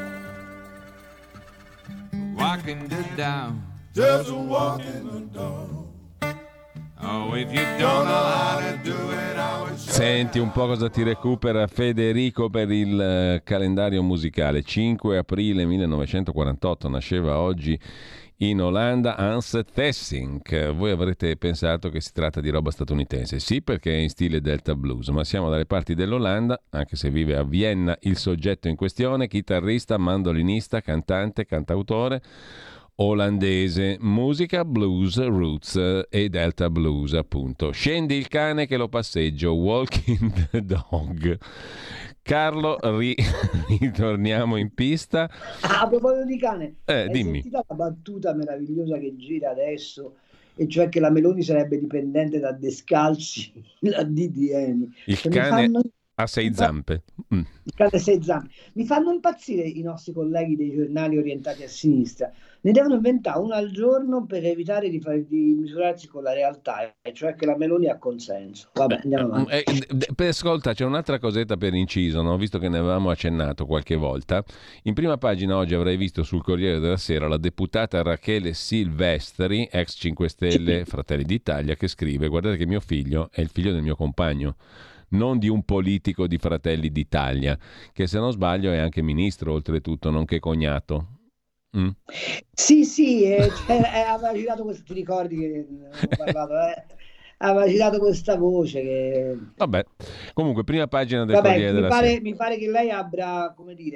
[SPEAKER 6] walking the dog.
[SPEAKER 7] just a walk in the dog.
[SPEAKER 6] Oh, if you don't know how to do it, I will show you.
[SPEAKER 2] Senti un po' cosa ti recupera Federico per il eh, calendario musicale. cinque aprile millenovecentoquarantotto nasceva oggi in Olanda Hans Theessink. Voi avrete pensato che si tratta di roba statunitense. Sì, perché è in stile Delta Blues, ma siamo dalle parti dell'Olanda, anche se vive a Vienna il soggetto in questione, chitarrista, mandolinista, cantante, cantautore olandese, musica blues, roots e Delta Blues, appunto. Scendi il cane che lo passeggio, Walking the Dog. Carlo, ri- ritorniamo in pista.
[SPEAKER 3] Ah, a proposito di cane,
[SPEAKER 2] Eh,
[SPEAKER 3] hai
[SPEAKER 2] dimmi.
[SPEAKER 3] sentito la battuta meravigliosa che gira adesso, e cioè che la Meloni sarebbe dipendente da Descalzi, la D D N.
[SPEAKER 2] Il
[SPEAKER 3] Che mi
[SPEAKER 2] cane
[SPEAKER 3] fanno-
[SPEAKER 2] ha sei zampe. Mm.
[SPEAKER 3] Il cane a sei zampe. Mi fanno impazzire i nostri colleghi dei giornali orientati a sinistra. Ne devono inventare uno al giorno per evitare di, fare, di misurarsi con la realtà, e cioè che la Meloni ha consenso. Vabbè, andiamo avanti.
[SPEAKER 2] Eh, d- d- per- ascolta, c'è un'altra cosetta per inciso, no? Visto che ne avevamo accennato qualche volta. In prima pagina oggi avrei visto sul Corriere della Sera la deputata Rachele Silvestri, ex cinque Stelle, Fratelli d'Italia, che scrive: guardate che mio figlio è il figlio del mio compagno, non di un politico di Fratelli d'Italia, che se non sbaglio è anche ministro oltretutto, nonché cognato. Mm.
[SPEAKER 3] Sì, sì, eh, cioè, eh, aveva girato questo, ti ricordi che ne avevo parlato, eh? Aveva girato questa voce che...
[SPEAKER 2] Vabbè, comunque prima pagina del
[SPEAKER 3] Vabbè,
[SPEAKER 2] Corriere
[SPEAKER 3] mi
[SPEAKER 2] della
[SPEAKER 3] pare,
[SPEAKER 2] Sera.
[SPEAKER 3] mi pare che lei abbia, come dire,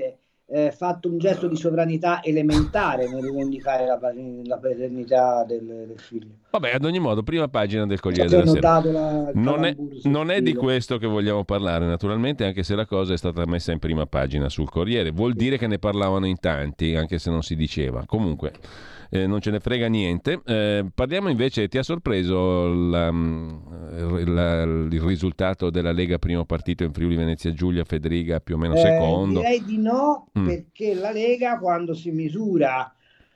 [SPEAKER 3] eh, fatto un gesto di sovranità elementare nel rivendicare la, la paternità del, del figlio.
[SPEAKER 2] Vabbè, ad ogni modo, prima pagina del Corriere
[SPEAKER 3] Cioè,
[SPEAKER 2] della Sera.
[SPEAKER 3] La,
[SPEAKER 2] non è, non è di questo che vogliamo parlare, naturalmente, anche se la cosa è stata messa in prima pagina sul Corriere. Vuol dire che ne parlavano in tanti, anche se non si diceva. Comunque, eh, non ce ne frega niente. Eh, parliamo invece, ti ha sorpreso la, la, il risultato della Lega primo partito in Friuli Venezia Giulia, Federica più o meno
[SPEAKER 3] eh,
[SPEAKER 2] secondo?
[SPEAKER 3] Direi di no,
[SPEAKER 2] mm.
[SPEAKER 3] perché la Lega, quando si misura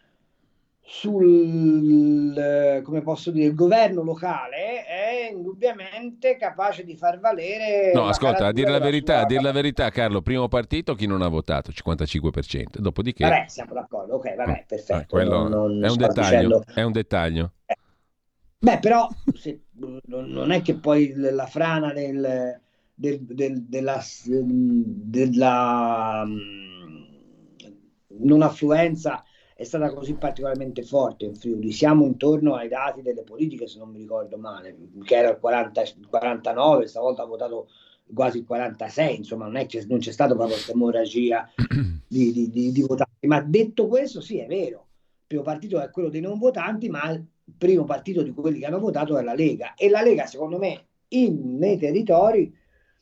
[SPEAKER 3] sul, come posso dire, il governo locale, è indubbiamente capace di far valere.
[SPEAKER 2] No, ascolta, a dire la verità, a dire la
[SPEAKER 3] capacità.
[SPEAKER 2] verità, Carlo, primo partito chi non ha votato? cinquantacinque per cento. Dopodiché
[SPEAKER 3] Vabbè, siamo d'accordo, ok, vabbè, perfetto.
[SPEAKER 2] Eh, quello
[SPEAKER 3] non, non
[SPEAKER 2] è un
[SPEAKER 3] sto
[SPEAKER 2] dettaglio,
[SPEAKER 3] dicendo...
[SPEAKER 2] è un dettaglio.
[SPEAKER 3] Eh. Beh, però se, non è che poi la frana del, del, del, della, della non affluenza è stata così particolarmente forte in Friuli. Siamo intorno ai dati delle politiche, se non mi ricordo male, che era il quaranta, quarantanove, stavolta ha votato quasi il quarantasei, insomma non è che non c'è stata proprio questa emorragia di, di, di, di votanti. Ma detto questo, sì, è vero, il primo partito è quello dei non votanti, ma il primo partito di quelli che hanno votato è la Lega, e la Lega, secondo me, in, nei territori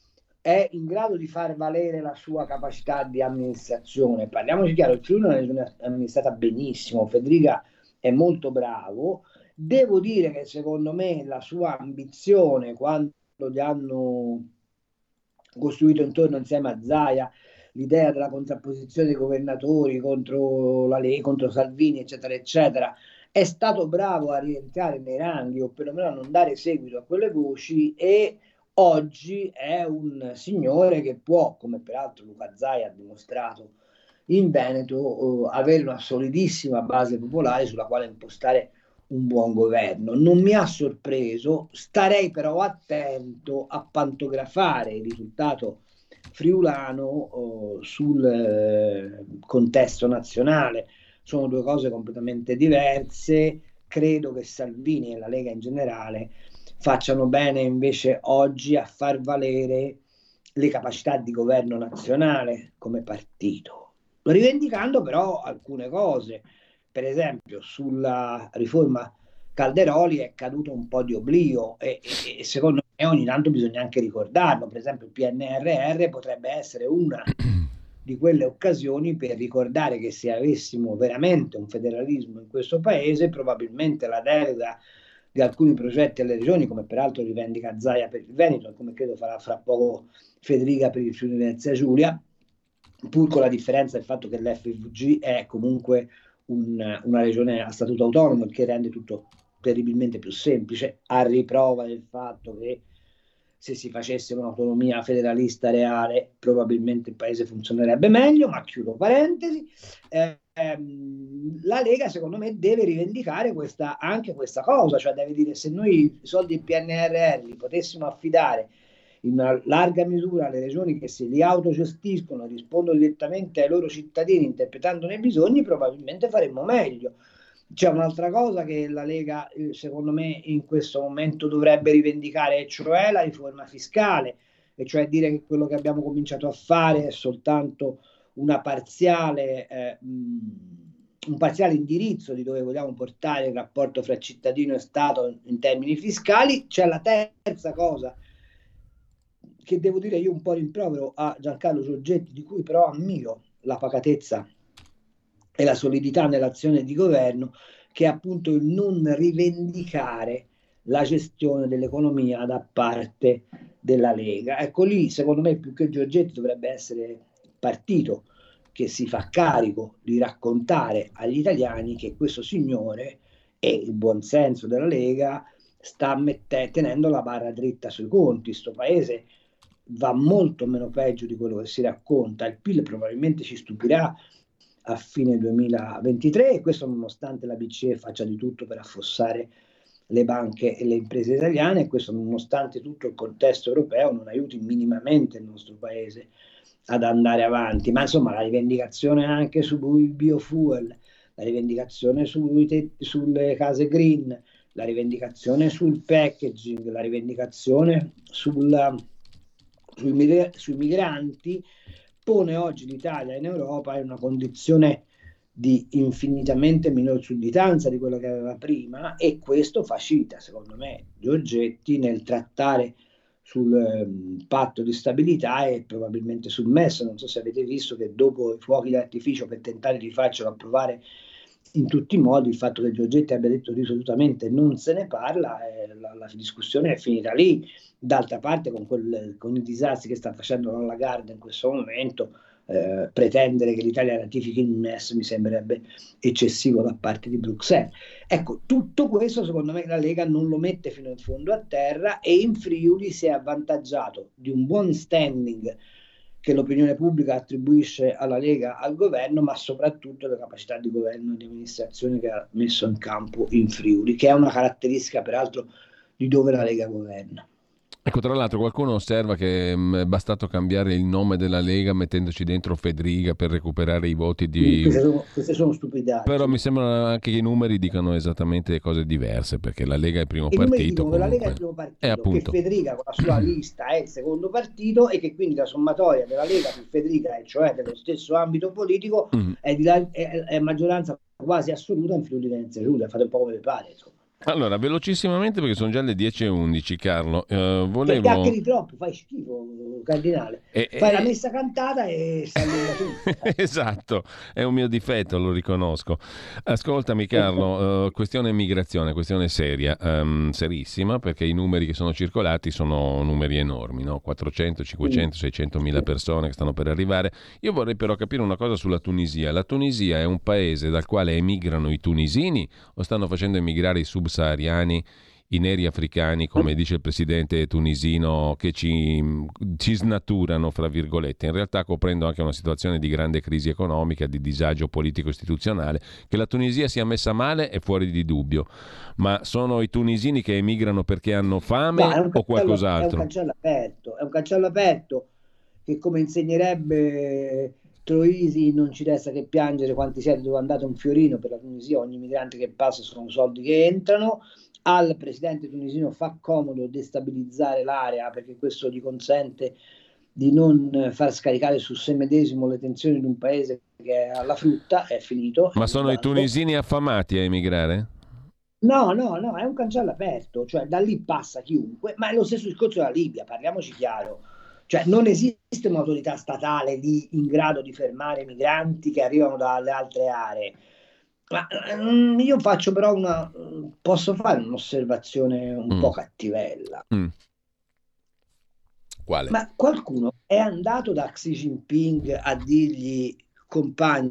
[SPEAKER 3] è in grado di far valere la sua capacità di amministrazione. Parliamoci chiaro, il Friuli è una regione amministrata benissimo, Federica è molto bravo. Devo dire che secondo me la sua ambizione, quando gli hanno costruito intorno insieme a Zaia l'idea della contrapposizione dei governatori contro la Lega, contro Salvini, eccetera, eccetera, è stato bravo a rientrare nei ranghi, o perlomeno a non dare seguito a quelle voci, e oggi è un signore che può, come peraltro Luca Zaia ha dimostrato in Veneto, eh, avere una solidissima base popolare sulla quale impostare un buon governo. Non mi ha sorpreso, starei però attento a pantografare il risultato friulano eh, sul eh, contesto nazionale. Sono due cose completamente diverse. Credo che Salvini e la Lega in generale facciano bene invece oggi a far valere le capacità di governo nazionale come partito, rivendicando però alcune cose. Per esempio, sulla riforma Calderoli è caduto un po' di oblio e, e, e secondo me ogni tanto bisogna anche ricordarlo. Per esempio, il P N R R potrebbe essere una di quelle occasioni per ricordare che se avessimo veramente un federalismo in questo paese, probabilmente la delega di alcuni progetti alle regioni, come peraltro rivendica Zaia per il Veneto, come credo farà fra poco Federica per il Friuli Venezia Giulia, pur con la differenza del fatto che l'F V G è comunque un, una regione a statuto autonomo, il che rende tutto terribilmente più semplice, a riprova del fatto che se si facesse un'autonomia federalista reale probabilmente il paese funzionerebbe meglio. Ma chiudo parentesi. Eh, ehm, la Lega secondo me deve rivendicare questa, anche questa cosa, cioè deve dire: se noi i soldi del P N R R li potessimo affidare in una larga misura alle regioni che se li autogestiscono, rispondono direttamente ai loro cittadini interpretandone i bisogni, probabilmente faremmo meglio. C'è un'altra cosa che la Lega, secondo me, in questo momento dovrebbe rivendicare, e cioè la riforma fiscale, e cioè dire che quello che abbiamo cominciato a fare è soltanto una parziale, eh, un parziale indirizzo di dove vogliamo portare il rapporto fra cittadino e Stato in termini fiscali. C'è la terza cosa che devo dire io un po' rimprovero a Giancarlo Giorgetti, di cui però ammiro la pacatezza e la solidità nell'azione di governo, che è appunto il non rivendicare la gestione dell'economia da parte della Lega. Ecco, lì secondo me più che Giorgetti dovrebbe essere il partito che si fa carico di raccontare agli italiani che questo signore e il buonsenso della Lega sta mette- tenendo la barra dritta sui conti. Sto paese va molto meno peggio di quello che si racconta, il P I L probabilmente ci stupirà a fine duemilaventitré, e questo nonostante la B C E faccia di tutto per affossare le banche e le imprese italiane, e questo nonostante tutto il contesto europeo non aiuti minimamente il nostro paese ad andare avanti. Ma insomma la rivendicazione anche sui biofuel, la rivendicazione sui te- sulle case green, la rivendicazione sul packaging, la rivendicazione sulla, sui, sui migranti pone oggi l'Italia in Europa in una condizione di infinitamente minor sudditanza di quello che aveva prima, e questo facilita, secondo me, Giorgetti nel trattare sul um, patto di stabilità e probabilmente sul M E S. Non so se avete visto che dopo i fuochi d'artificio per tentare di farcelo approvare in tutti i modi, il fatto che Giorgetti abbia detto risolutamente non se ne parla, eh, la, la discussione è finita lì. D'altra parte, con, quel, con i disastri che sta facendo la Lagarde in questo momento, eh, pretendere che l'Italia ratifichi il M E S mi sembrerebbe eccessivo da parte di Bruxelles. Ecco, tutto questo secondo me la Lega non lo mette fino in fondo a terra, e in Friuli si è avvantaggiato di un buon standing che l'opinione pubblica attribuisce alla Lega, al governo, ma soprattutto le capacità di governo e di amministrazione che ha messo in campo in Friuli, che è una caratteristica peraltro di dove la Lega governa.
[SPEAKER 2] Ecco, tra l'altro qualcuno osserva che mh, è bastato cambiare il nome della Lega mettendoci dentro Federica per recuperare i voti di...
[SPEAKER 3] Queste sono, queste sono stupidate.
[SPEAKER 2] Però mi sembra anche che i numeri dicano esattamente cose diverse, perché la Lega è il primo
[SPEAKER 3] I
[SPEAKER 2] partito.
[SPEAKER 3] Dicono che la Lega è il primo partito,
[SPEAKER 2] e appunto...
[SPEAKER 3] che Federica con la sua lista è il secondo partito, e che quindi la sommatoria della Lega più Federica, e cioè dello stesso ambito politico, mm. è, di la, è, è maggioranza quasi assoluta in Friuli Venezia Giulia. Fate un po' come vi pare, insomma.
[SPEAKER 2] Allora, velocissimamente, perché sono già le dieci e undici, Carlo. Uh, volevo...
[SPEAKER 3] Perché chiacchieri troppo, fai schifo, Cardinale. E, fai e... la messa cantata e stai tutto.
[SPEAKER 2] Esatto, è un mio difetto, lo riconosco. Ascoltami, Carlo, uh, questione migrazione, questione seria, um, serissima, perché i numeri che sono circolati sono numeri enormi, no? quattrocento, cinquecento, seicentomila persone che stanno per arrivare. Io vorrei però capire una cosa sulla Tunisia. La Tunisia è un paese dal quale emigrano i tunisini o stanno facendo emigrare i sub sahariani, i neri africani, come dice il presidente tunisino, che ci, ci snaturano, fra virgolette, in realtà coprendo anche una situazione di grande crisi economica, di disagio politico-istituzionale. Che la Tunisia sia messa male è fuori di dubbio, ma sono i tunisini che emigrano perché hanno fame no, cancello, o qualcos'altro?
[SPEAKER 3] È un cancello aperto, è un cancello aperto che, come insegnerebbe Troisi, non ci resta che piangere quanti siete dove è andato un fiorino. Per la Tunisia ogni migrante che passa sono soldi che entrano. Al presidente tunisino fa comodo destabilizzare l'area, perché questo gli consente di non far scaricare su se medesimo le tensioni di un paese che è alla frutta. È finito.
[SPEAKER 2] Ma sono i tunisini affamati a emigrare?
[SPEAKER 3] No, no, no, è un cancello aperto, cioè da lì passa chiunque, ma è lo stesso discorso della Libia, parliamoci chiaro. Cioè non esiste un'autorità statale lì in grado di fermare i migranti che arrivano dalle altre aree. Ma um, io faccio però una... posso fare un'osservazione un mm. po' cattivella.
[SPEAKER 2] Mm. Quale?
[SPEAKER 3] Ma qualcuno è andato da Xi Jinping a dirgli: compagni...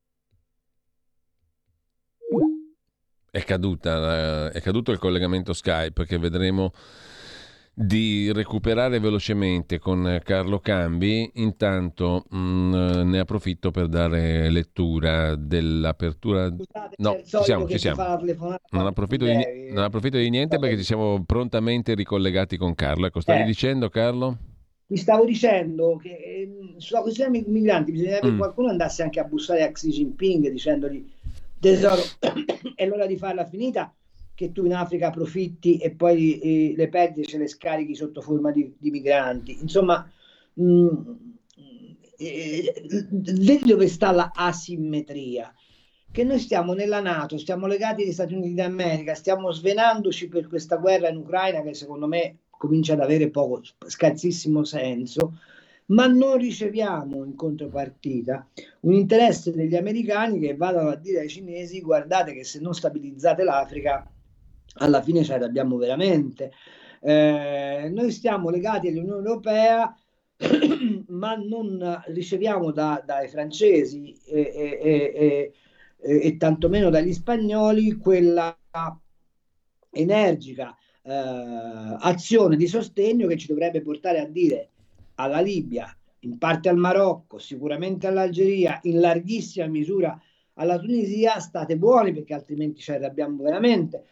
[SPEAKER 2] È caduta, è caduto il collegamento Skype, che vedremo di recuperare velocemente con Carlo Cambi. Intanto mh, ne approfitto per dare lettura dell'apertura.
[SPEAKER 3] Scusate,
[SPEAKER 2] no, ci siamo, ci siamo. Non approfitto, di, non approfitto di niente perché ci siamo prontamente ricollegati con Carlo. Ecco, stavi eh. dicendo, Carlo?
[SPEAKER 3] Vi stavo dicendo che eh, sulla questione migranti bisognerebbe che mm. qualcuno andasse anche a bussare a Xi Jinping dicendogli: tesoro, è l'ora di farla finita, che tu in Africa approfitti e poi eh, le perdite ce le scarichi sotto forma di, di migranti. Insomma, mh, eh, vedi dove sta la asimmetria? Che noi stiamo nella NATO, stiamo legati agli Stati Uniti d'America, stiamo svenandoci per questa guerra in Ucraina che secondo me comincia ad avere poco, scarsissimo senso, ma non riceviamo in contropartita un interesse degli americani che vadano a dire ai cinesi: guardate che se non stabilizzate l'Africa alla fine ce l'abbiamo veramente. Eh, noi stiamo legati all'Unione Europea ma non riceviamo da, dai francesi e, e, e, e, e tantomeno dagli spagnoli quella energica eh, azione di sostegno che ci dovrebbe portare a dire alla Libia, in parte al Marocco, sicuramente all'Algeria, in larghissima misura alla Tunisia: state buoni perché altrimenti ci arrabbiamo veramente.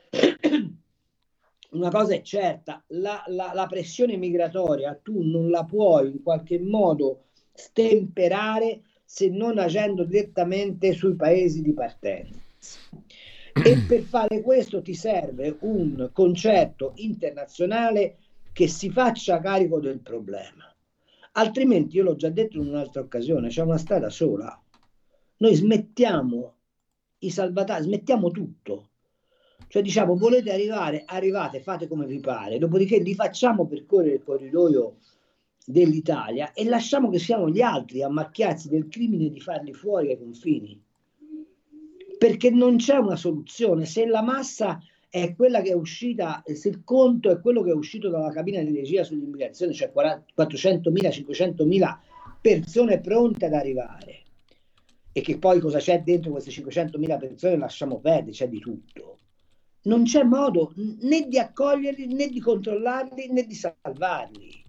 [SPEAKER 3] Una cosa è certa, la, la, la pressione migratoria tu non la puoi in qualche modo stemperare se non agendo direttamente sui paesi di partenza, e per fare questo ti serve un concerto internazionale che si faccia carico del problema. Altrimenti, io l'ho già detto in un'altra occasione, c'è una strada sola. Noi smettiamo i salvataggi, smettiamo tutto. Cioè diciamo, volete arrivare, arrivate, fate come vi pare, dopodiché li facciamo percorrere il corridoio dell'Italia e lasciamo che siano gli altri a macchiarsi del crimine di farli fuori ai confini. Perché non c'è una soluzione. Se la massa è quella che è uscita, se il conto è quello che è uscito dalla cabina di regia sull'immigrazione, cioè quattrocentomila, cinquecentomila persone pronte ad arrivare, e che poi cosa c'è dentro queste cinquecentomila persone lasciamo perdere, c'è di tutto. Non c'è modo né di accoglierli, né di controllarli, né di salvarli.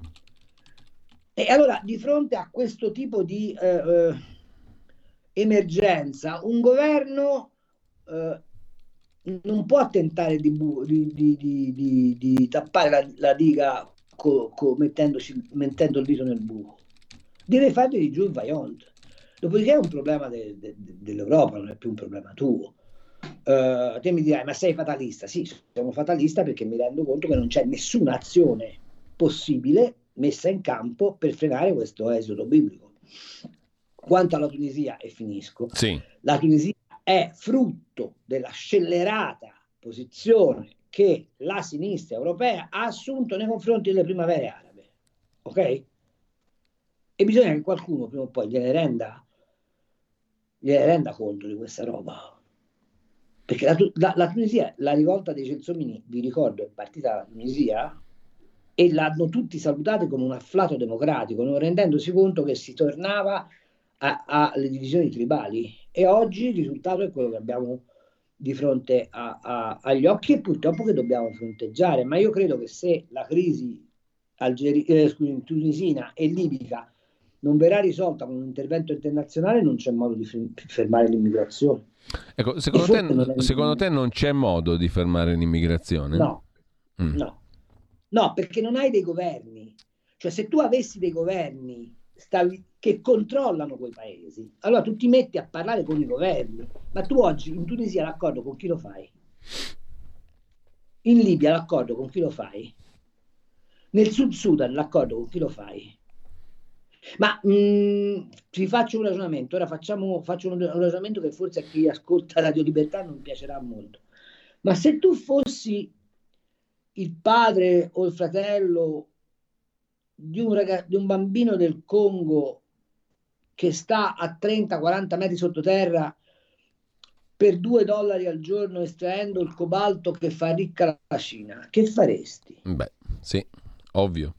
[SPEAKER 3] E allora, di fronte a questo tipo di eh, eh, emergenza, un governo eh, non può tentare di, bu- di, di, di, di, di tappare la, la diga co, co, mettendoci, mettendo il dito nel buco. Deve fare di giù il vaillant. Dopodiché è un problema de, de, de, dell'Europa, non è più un problema tuo. Uh, te mi dirai, ma sei fatalista? Sì, sono fatalista perché mi rendo conto che non c'è nessuna azione possibile messa in campo per frenare questo esodo biblico. Quanto alla Tunisia, e finisco,
[SPEAKER 2] sì.
[SPEAKER 3] La Tunisia è frutto della scellerata posizione che la sinistra europea ha assunto nei confronti delle primavere arabe, ok? E bisogna che qualcuno prima o poi gliene renda, gliene renda conto di questa roba. Perché la, la, la Tunisia, la rivolta dei Gelsomini, vi ricordo, è partita dalla Tunisia e l'hanno tutti salutati come un afflato democratico, non rendendosi conto che si tornava alle divisioni tribali. E oggi il risultato è quello che abbiamo di fronte a, a, agli occhi, e purtroppo che dobbiamo fronteggiare. Ma io credo che se la crisi algeri- eh, scusi, tunisina e libica non verrà risolta con un intervento internazionale, non c'è modo di fermare l'immigrazione.
[SPEAKER 2] Ecco, secondo te, non secondo te non c'è modo di fermare l'immigrazione?
[SPEAKER 3] No,
[SPEAKER 2] mm.
[SPEAKER 3] no, no, perché non hai dei governi. Cioè, se tu avessi dei governi stavi, che controllano quei paesi, allora tu ti metti a parlare con i governi. Ma tu oggi in Tunisia l'accordo con chi lo fai? In Libia l'accordo con chi lo fai? Nel Sud Sudan l'accordo con chi lo fai? Ma mh, ti faccio un ragionamento, ora facciamo, faccio un, un ragionamento che forse a chi ascolta Radio Libertà non piacerà molto. Ma se tu fossi il padre o il fratello di un, ragazzo, di un bambino del Congo che sta a trenta quaranta metri sottoterra per due dollari al giorno estraendo il cobalto che fa ricca la Cina, che faresti?
[SPEAKER 2] Beh, sì, ovvio.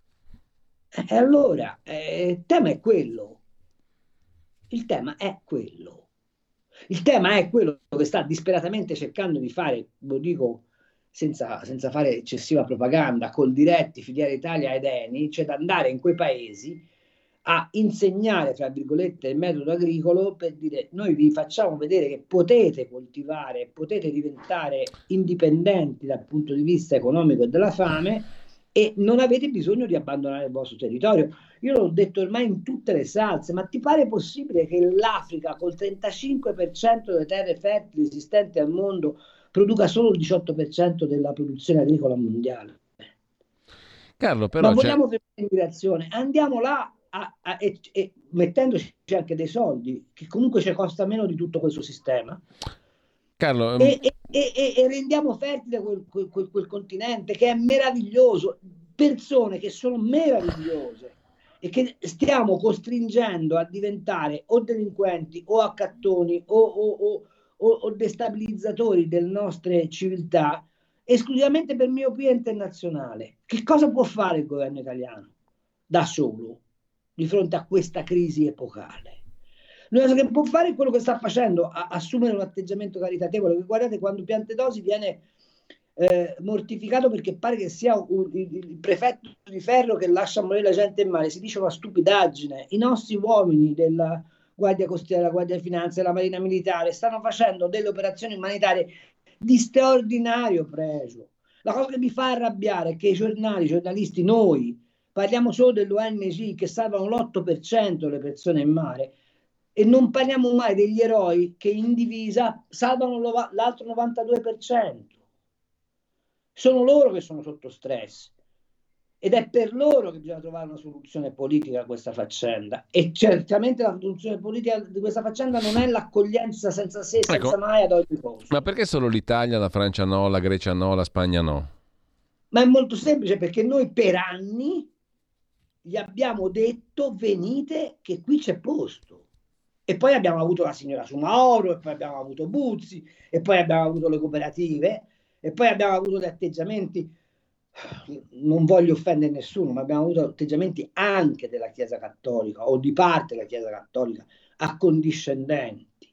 [SPEAKER 3] E allora, eh, il tema è quello. Il tema è quello. Il tema è quello che sta disperatamente cercando di fare, lo dico senza, senza fare eccessiva propaganda, col Diretti, Filiera Italia ed Eni, cioè da andare in quei paesi a insegnare, tra virgolette, il metodo agricolo per dire: noi vi facciamo vedere che potete coltivare, potete diventare indipendenti dal punto di vista economico e della fame, e non avete bisogno di abbandonare il vostro territorio. Io l'ho detto ormai in tutte le salse, ma ti pare possibile che l'Africa, col trentacinque per cento delle terre fertili esistenti al mondo, produca solo il diciotto per cento della produzione agricola mondiale?
[SPEAKER 2] Carlo, però
[SPEAKER 3] ma vogliamo
[SPEAKER 2] c'è...
[SPEAKER 3] fermare l'immigrazione? Andiamo là a, a, e, e mettendoci anche dei soldi, che comunque ci costa meno di tutto questo sistema.
[SPEAKER 2] Carlo,
[SPEAKER 3] e, e, e, e rendiamo fertile quel, quel, quel, quel continente che è meraviglioso, persone che sono meravigliose e che stiamo costringendo a diventare o delinquenti o accattoni o, o, o, o destabilizzatori delle nostre civiltà, esclusivamente per miopia internazionale. Che cosa può fare il governo italiano da solo di fronte a questa crisi epocale? L'unica cosa che può fare è quello che sta facendo, a, assumere un atteggiamento caritatevole. Guardate, quando Piantedosi viene eh, mortificato perché pare che sia un, il, il prefetto di ferro che lascia morire la gente in mare, si dice una stupidaggine. I nostri uomini della Guardia Costiera, la Guardia di Finanza e la Marina Militare stanno facendo delle operazioni umanitarie di straordinario pregio. La cosa che mi fa arrabbiare è che i giornali, i giornalisti, noi parliamo solo dell'O N G che salvano l'otto per cento delle persone in mare, e non parliamo mai degli eroi che in divisa salvano l'altro novantadue per cento. Sono loro che sono sotto stress. ed è per loro che bisogna trovare una soluzione politica a questa faccenda, e certamente la soluzione politica di questa faccenda non è l'accoglienza senza se, senza
[SPEAKER 2] Ecco,
[SPEAKER 3] mai ad ogni costo.
[SPEAKER 2] ma perché solo l'Italia, la Francia no, la Grecia no, la Spagna no?
[SPEAKER 3] Ma è molto semplice, perché noi per anni gli abbiamo detto venite che qui c'è posto, e poi abbiamo avuto la signora Soumahoro, e poi abbiamo avuto Buzzi, e poi abbiamo avuto le cooperative, e poi abbiamo avuto gli atteggiamenti, non voglio offendere nessuno, ma abbiamo avuto atteggiamenti anche della Chiesa Cattolica o di parte della Chiesa Cattolica accondiscendenti.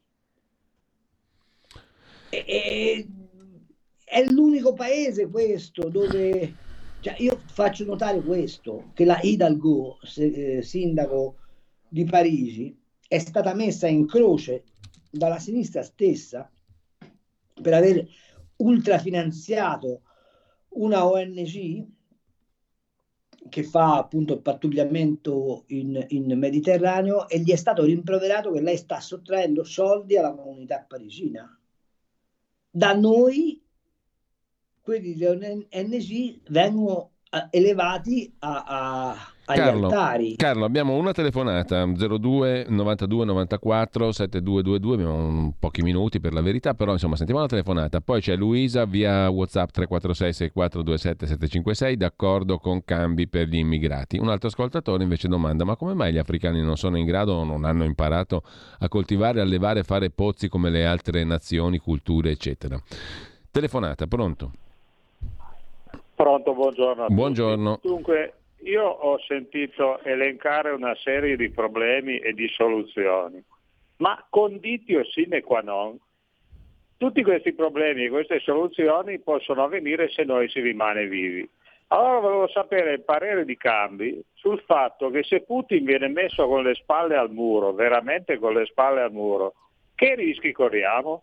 [SPEAKER 3] E, e, è l'unico paese questo dove, cioè, io faccio notare questo, che la Hidalgo, se, eh, sindaco di Parigi, è stata messa in croce dalla sinistra stessa per aver ultrafinanziato una O N G che fa appunto il pattugliamento in, in Mediterraneo, e gli è stato rimproverato che lei sta sottraendo soldi alla comunità parigina. Da noi quelli delle O N G vengono elevati a, a, agli
[SPEAKER 2] Carlo,
[SPEAKER 3] altari.
[SPEAKER 2] Carlo, abbiamo una telefonata zero due novantadue novantaquattro settantadue ventidue, abbiamo un, pochi minuti per la verità, però insomma sentiamo la telefonata. Poi c'è Luisa via WhatsApp tre quattro sei sei quattro due sette sette cinque sei, d'accordo con cambi per gli immigrati. Un altro ascoltatore invece domanda: ma come mai gli africani non sono in grado o non hanno imparato a coltivare, allevare e fare pozzi come le altre nazioni, culture eccetera? Telefonata, pronto?
[SPEAKER 5] Pronto, buongiorno a tutti.
[SPEAKER 2] Buongiorno.
[SPEAKER 5] Dunque, io ho sentito elencare una serie di problemi e di soluzioni, ma conditio sine qua non, tutti questi problemi e queste soluzioni possono avvenire se noi si rimane vivi. Allora volevo sapere il parere di Cambi sul fatto che se Putin viene messo con le spalle al muro, veramente con le spalle al muro, che rischi corriamo?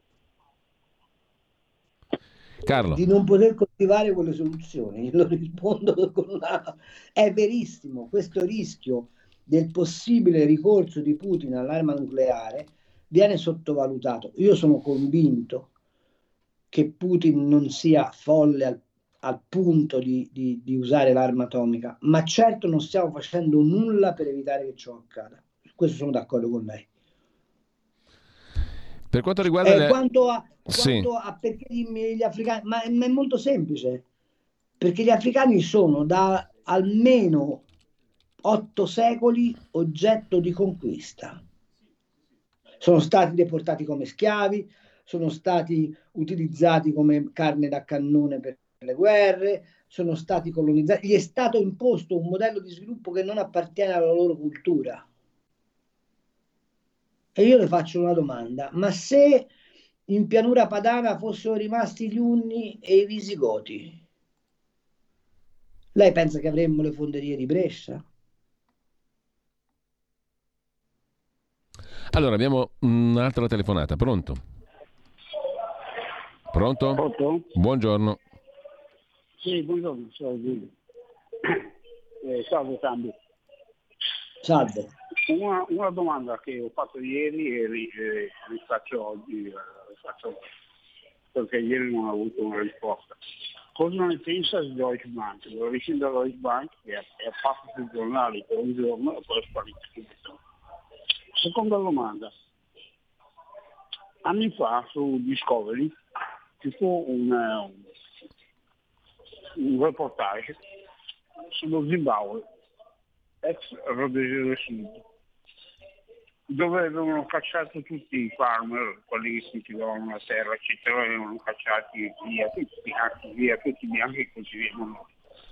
[SPEAKER 2] Carlo.
[SPEAKER 3] Di non poter coltivare quelle soluzioni. Io lo rispondo con una... È verissimo, questo rischio del possibile ricorso di Putin all'arma nucleare viene sottovalutato. Io sono convinto che Putin non sia folle al, al punto di, di, di usare l'arma atomica, ma certo non stiamo facendo nulla per evitare che ciò accada. Su questo sono d'accordo con lei.
[SPEAKER 2] Per quanto riguarda
[SPEAKER 3] eh,
[SPEAKER 2] le...
[SPEAKER 3] quanto a,
[SPEAKER 2] sì.
[SPEAKER 3] quanto a perché gli, gli africani, ma è, ma è molto semplice, perché gli africani sono da almeno otto secoli oggetto di conquista. Sono stati deportati come schiavi, sono stati utilizzati come carne da cannone per le guerre, sono stati colonizzati, gli è stato imposto un modello di sviluppo che non appartiene alla loro cultura. E io le faccio una domanda: ma se in pianura padana fossero rimasti gli Unni e i Visigoti, lei pensa che avremmo le fonderie di Brescia?
[SPEAKER 2] Allora abbiamo un'altra telefonata, pronto? Pronto?
[SPEAKER 8] Pronto?
[SPEAKER 2] Buongiorno.
[SPEAKER 8] Sì, buongiorno, sono Giulio. Eh, salve Cambi.
[SPEAKER 3] Salve.
[SPEAKER 8] Una, una domanda che ho fatto ieri e ri, eh, rifaccio oggi, eh, rifaccio, perché ieri non ho avuto una risposta. Cosa ne pensa di Deutsche Bank? Lo riscende da Deutsche Bank, che è, è fatto sui giornali per un giorno e poi è sparito subito. Seconda domanda. Anni fa su Discovery ci fu un, un reportage sullo Zimbabwe, ex Rhodesia Sud, dove avevano cacciato tutti i farmer, quelli che coltivavano la terra, eccetera, avevano cacciati via tutti, anche via tutti i bianchi che coltivavano.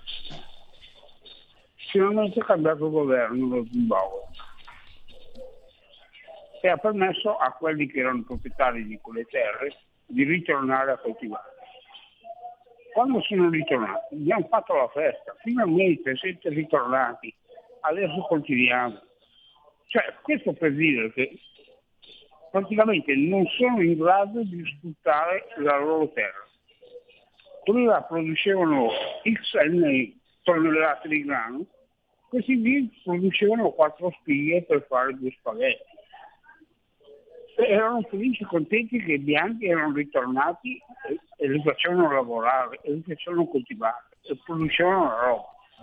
[SPEAKER 8] Finalmente è cambiato il governo dello Zimbabwe e ha permesso a quelli che erano proprietari di quelle terre di ritornare a coltivare. Quando sono ritornati, abbiamo fatto la festa, finalmente siete ritornati, adesso coltiviamo. Cioè, questo per dire che praticamente non sono in grado di sfruttare la loro terra. Prima producevano X N tonnellate di grano, questi qui producevano quattro spighe per fare due spaghetti. Erano felici, contenti che i bianchi erano ritornati e, e li facevano lavorare, e li facevano coltivare, e producevano la roba.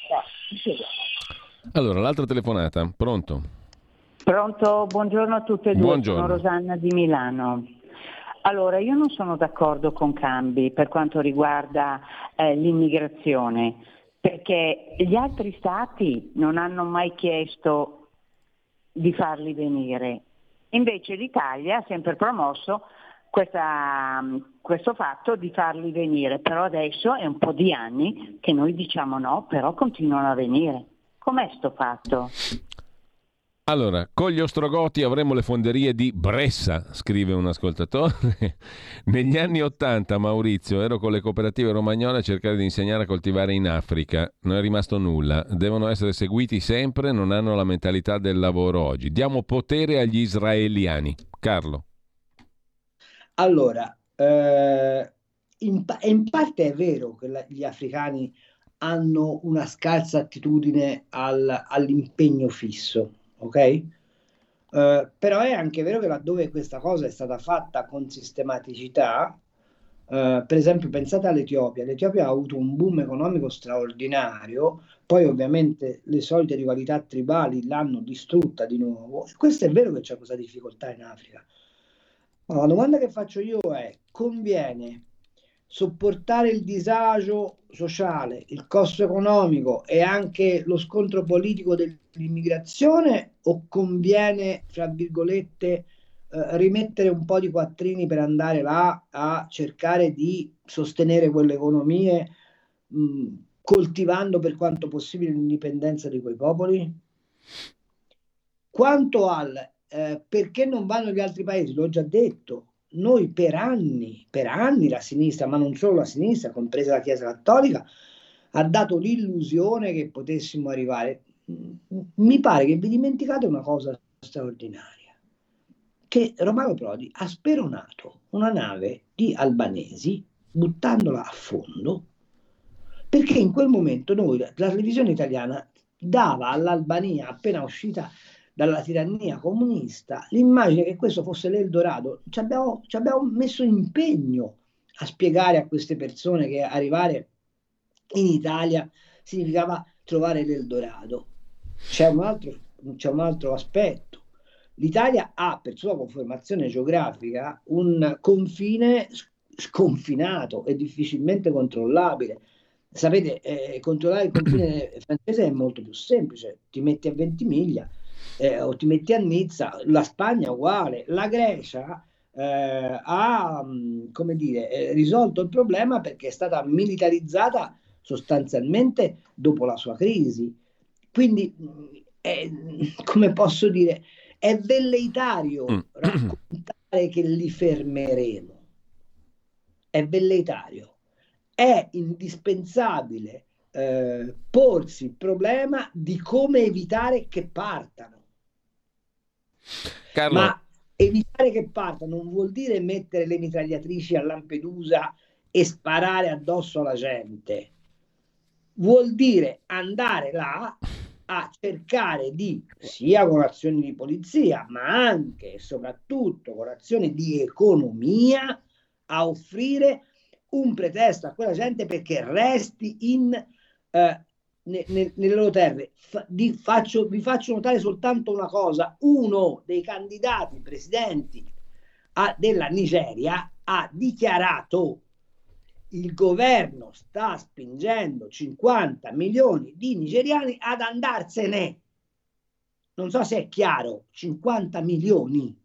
[SPEAKER 2] Allora, l'altra telefonata, pronto?
[SPEAKER 9] Pronto, buongiorno a tutte e due,
[SPEAKER 2] Buongiorno.
[SPEAKER 9] sono Rosanna di Milano. Allora, io non sono d'accordo con Cambi per quanto riguarda eh, l'immigrazione, perché gli altri stati non hanno mai chiesto di farli venire. Invece l'Italia ha sempre promosso questa, questo fatto di farli venire, però adesso è un po' di anni che noi diciamo no, però continuano a venire. Com'è sto fatto?
[SPEAKER 2] Allora, con gli ostrogoti avremo le fonderie di Bressa, scrive un ascoltatore. Negli anni Ottanta, Maurizio, ero con le cooperative romagnole a cercare di insegnare a coltivare in Africa. Non è rimasto nulla. Devono essere seguiti sempre, non hanno la mentalità del lavoro oggi. Diamo potere agli israeliani. Carlo.
[SPEAKER 3] Allora, eh, in, in parte è vero che la, gli africani hanno una scarsa attitudine al, all'impegno fisso. Ok? Uh, però è anche vero che laddove questa cosa è stata fatta con sistematicità, uh, per esempio pensate all'Etiopia, l'Etiopia ha avuto un boom economico straordinario, poi ovviamente le solite rivalità tribali l'hanno distrutta di nuovo, e questo è vero che c'è questa difficoltà in Africa. Ma la domanda che faccio io è: conviene sopportare il disagio sociale, il costo economico e anche lo scontro politico dell'immigrazione, o conviene, fra virgolette, eh, rimettere un po' di quattrini per andare là a cercare di sostenere quelle economie, mh, coltivando per quanto possibile l'indipendenza di quei popoli? Quanto al eh, perché non vanno gli altri paesi, l'ho già detto. Noi per anni, per anni la sinistra, ma non solo la sinistra, compresa la Chiesa Cattolica, ha dato l'illusione che potessimo arrivare. Mi pare che vi dimenticate una cosa straordinaria, che Romano Prodi ha speronato una nave di albanesi buttandola a fondo, perché in quel momento noi, la televisione italiana, dava all'Albania appena uscita dalla tirannia comunista l'immagine che questo fosse l'Eldorado. Ci abbiamo, ci abbiamo messo impegno a spiegare a queste persone che arrivare in Italia significava trovare l'Eldorado. C'è un altro, c'è un altro aspetto. L'Italia ha, per sua conformazione geografica, un confine sconfinato e difficilmente controllabile. Sapete, eh, controllare il confine francese è molto più semplice, ti metti a Ventimiglia, Eh, o ti metti a Nizza. La Spagna uguale, la Grecia eh, ha mh, come dire, eh, risolto il problema perché è stata militarizzata sostanzialmente dopo la sua crisi. Quindi mh, è, come posso dire, è velleitario raccontare che li fermeremo, è velleitario, è indispensabile eh, porsi il problema di come evitare che partano.
[SPEAKER 2] Carlo.
[SPEAKER 3] Ma evitare che partano non vuol dire mettere le mitragliatrici a Lampedusa e sparare addosso alla gente. Vuol dire andare là a cercare di, sia con azioni di polizia, ma anche e soprattutto con azioni di economia, a offrire un pretesto a quella gente perché resti in eh, ne, ne, nelle loro terre. Fa, di, faccio, vi faccio notare soltanto una cosa: uno dei candidati presidenti a, della Nigeria ha dichiarato: il governo sta spingendo cinquanta milioni di nigeriani ad andarsene. Non so se è chiaro, cinquanta milioni.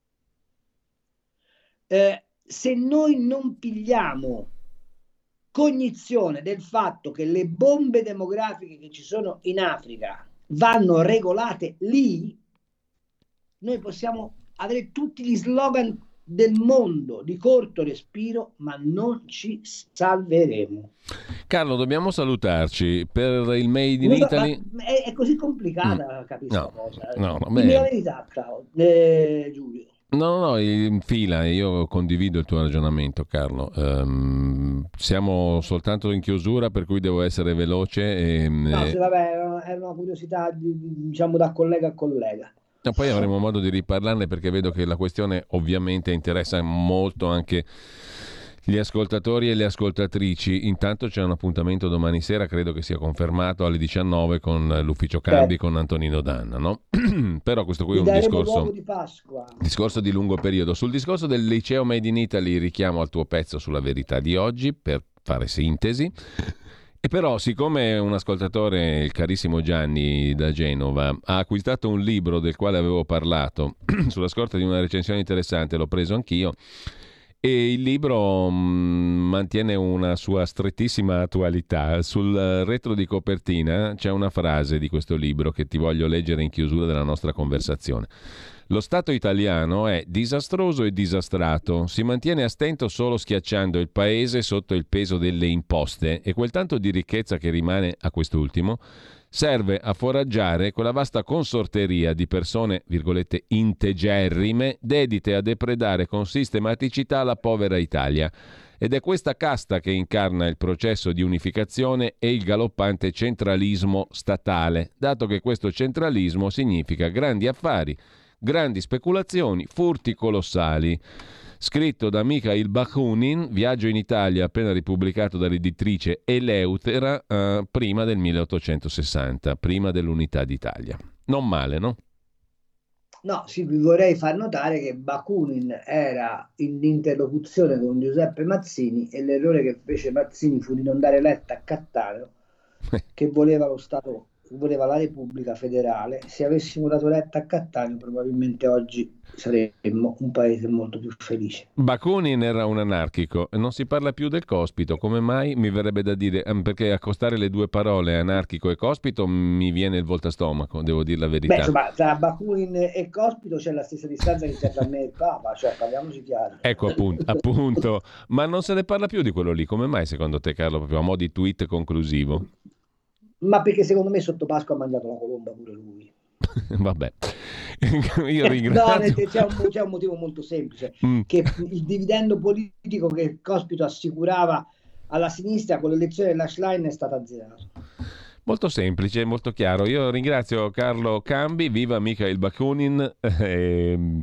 [SPEAKER 3] Eh, se noi non pigliamo cognizione del fatto che le bombe demografiche che ci sono in Africa vanno regolate lì, noi possiamo avere tutti gli slogan del mondo di corto respiro, ma non ci salveremo.
[SPEAKER 2] Carlo, dobbiamo salutarci. Per il Made in
[SPEAKER 3] Non so,
[SPEAKER 2] Italy
[SPEAKER 3] è, è così complicata,
[SPEAKER 2] mm.
[SPEAKER 3] capisco
[SPEAKER 2] no,
[SPEAKER 3] cosa.
[SPEAKER 2] no, no,
[SPEAKER 3] Dimmi la verità, ciao, eh, Giulio.
[SPEAKER 2] No, no, in fila, io condivido il tuo ragionamento, Carlo. Um, siamo soltanto in chiusura, per cui devo essere veloce. E,
[SPEAKER 3] no,
[SPEAKER 2] eh...
[SPEAKER 3] sì, vabbè, è una curiosità, diciamo, da collega a collega.
[SPEAKER 2] No, poi avremo modo di riparlarne, perché vedo che la questione ovviamente interessa molto anche gli ascoltatori e le ascoltatrici. Intanto c'è un appuntamento domani sera, credo che sia confermato alle diciannove con l'ufficio cambi eh. con Antonino Danna, no? Però questo qui è un discorso
[SPEAKER 3] di Pasqua.
[SPEAKER 2] discorso di lungo periodo. Sul discorso del liceo Made in Italy richiamo al tuo pezzo sulla Verità di oggi per fare sintesi. E però, siccome un ascoltatore, il carissimo Gianni da Genova, ha acquistato un libro del quale avevo parlato sulla scorta di una recensione interessante, l'ho preso anch'io, e il libro mh, mantiene una sua strettissima attualità. Sul retro di copertina c'è una frase di questo libro che ti voglio leggere in chiusura della nostra conversazione. Lo Stato italiano è disastroso e disastrato, si mantiene a stento solo schiacciando il paese sotto il peso delle imposte e quel tanto di ricchezza che rimane a quest'ultimo serve a foraggiare quella vasta consorteria di persone, virgolette, integerrime, dedite a depredare con sistematicità la povera Italia. Ed è questa casta che incarna il processo di unificazione e il galoppante centralismo statale, dato che questo centralismo significa grandi affari, grandi speculazioni, furti colossali. Scritto da Mikhail Bakunin, Viaggio in Italia, appena ripubblicato dall'editrice Eleutera, eh, prima del milleottocentosessanta, prima dell'unità d'Italia. Non male, no?
[SPEAKER 3] No, sì, vi vorrei far notare che Bakunin era in interlocuzione con Giuseppe Mazzini e l'errore che fece Mazzini fu di non dare retta a Cattaneo, che voleva lo Stato, voleva la Repubblica federale. Se avessimo dato retta a Cattaneo probabilmente oggi saremmo un paese molto più felice.
[SPEAKER 2] Bakunin era un anarchico, non si parla più del cospito. Come mai? Mi verrebbe da dire, perché accostare le due parole anarchico e cospito mi viene il voltastomaco, devo dire la verità.
[SPEAKER 3] Beh, insomma, tra Bakunin e cospito c'è la stessa distanza che c'è tra me e il Papa, cioè parliamoci chiaro.
[SPEAKER 2] Ecco appunto, appunto, ma non se ne parla più di quello lì. Come mai secondo te, Carlo, proprio a mo' di tweet conclusivo?
[SPEAKER 3] Ma perché secondo me sotto Pasqua ha mangiato la colomba pure lui.
[SPEAKER 2] Vabbè, io ringrazio.
[SPEAKER 3] No, c'è un, c'è un motivo molto semplice, mm. che il dividendo politico che Cospito assicurava alla sinistra con l'elezione della Schlein è stato azzerato.
[SPEAKER 2] Molto semplice, molto chiaro. Io ringrazio Carlo Cambi, viva Mikhail Bakunin, e,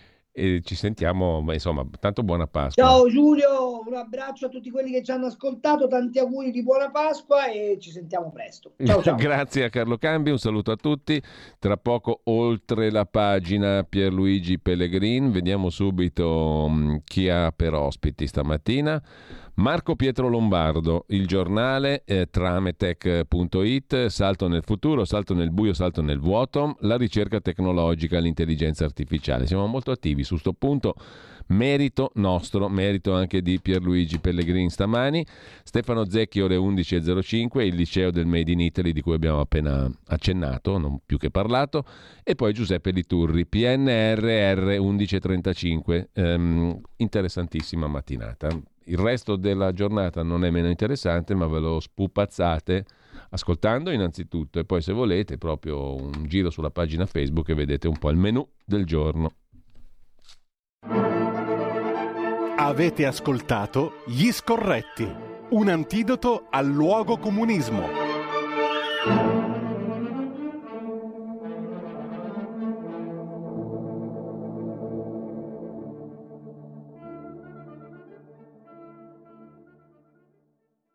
[SPEAKER 2] e ci sentiamo, ma insomma, tanto buona Pasqua.
[SPEAKER 3] Ciao Giulio, un abbraccio a tutti quelli che ci hanno ascoltato, tanti auguri di buona Pasqua e ci sentiamo presto. Ciao ciao.
[SPEAKER 2] Grazie a Carlo Cambi, un saluto a tutti. Tra poco oltre la pagina Pierluigi Pellegrin, vediamo subito um, chi ha per ospiti stamattina. Marco Pietro Lombardo, Il Giornale, eh, trametech punto it, salto nel futuro, salto nel buio, salto nel vuoto, la ricerca tecnologica, l'intelligenza artificiale. Siamo molto attivi su sto punto, merito nostro, merito anche di Pierluigi Pellegrin stamani. Stefano Zecchi ore undici e zero cinque, il liceo del Made in Italy di cui abbiamo appena accennato, non più che parlato, e poi Giuseppe Liturri, P N R R undici e trentacinque. Ehm, interessantissima mattinata. Il resto della giornata non è meno interessante, ma ve lo spupazzate ascoltando innanzitutto e poi se volete proprio un giro sulla pagina Facebook e vedete un po' il menù del giorno.
[SPEAKER 1] Avete ascoltato Gli Scorretti, un antidoto al luogo comunismo.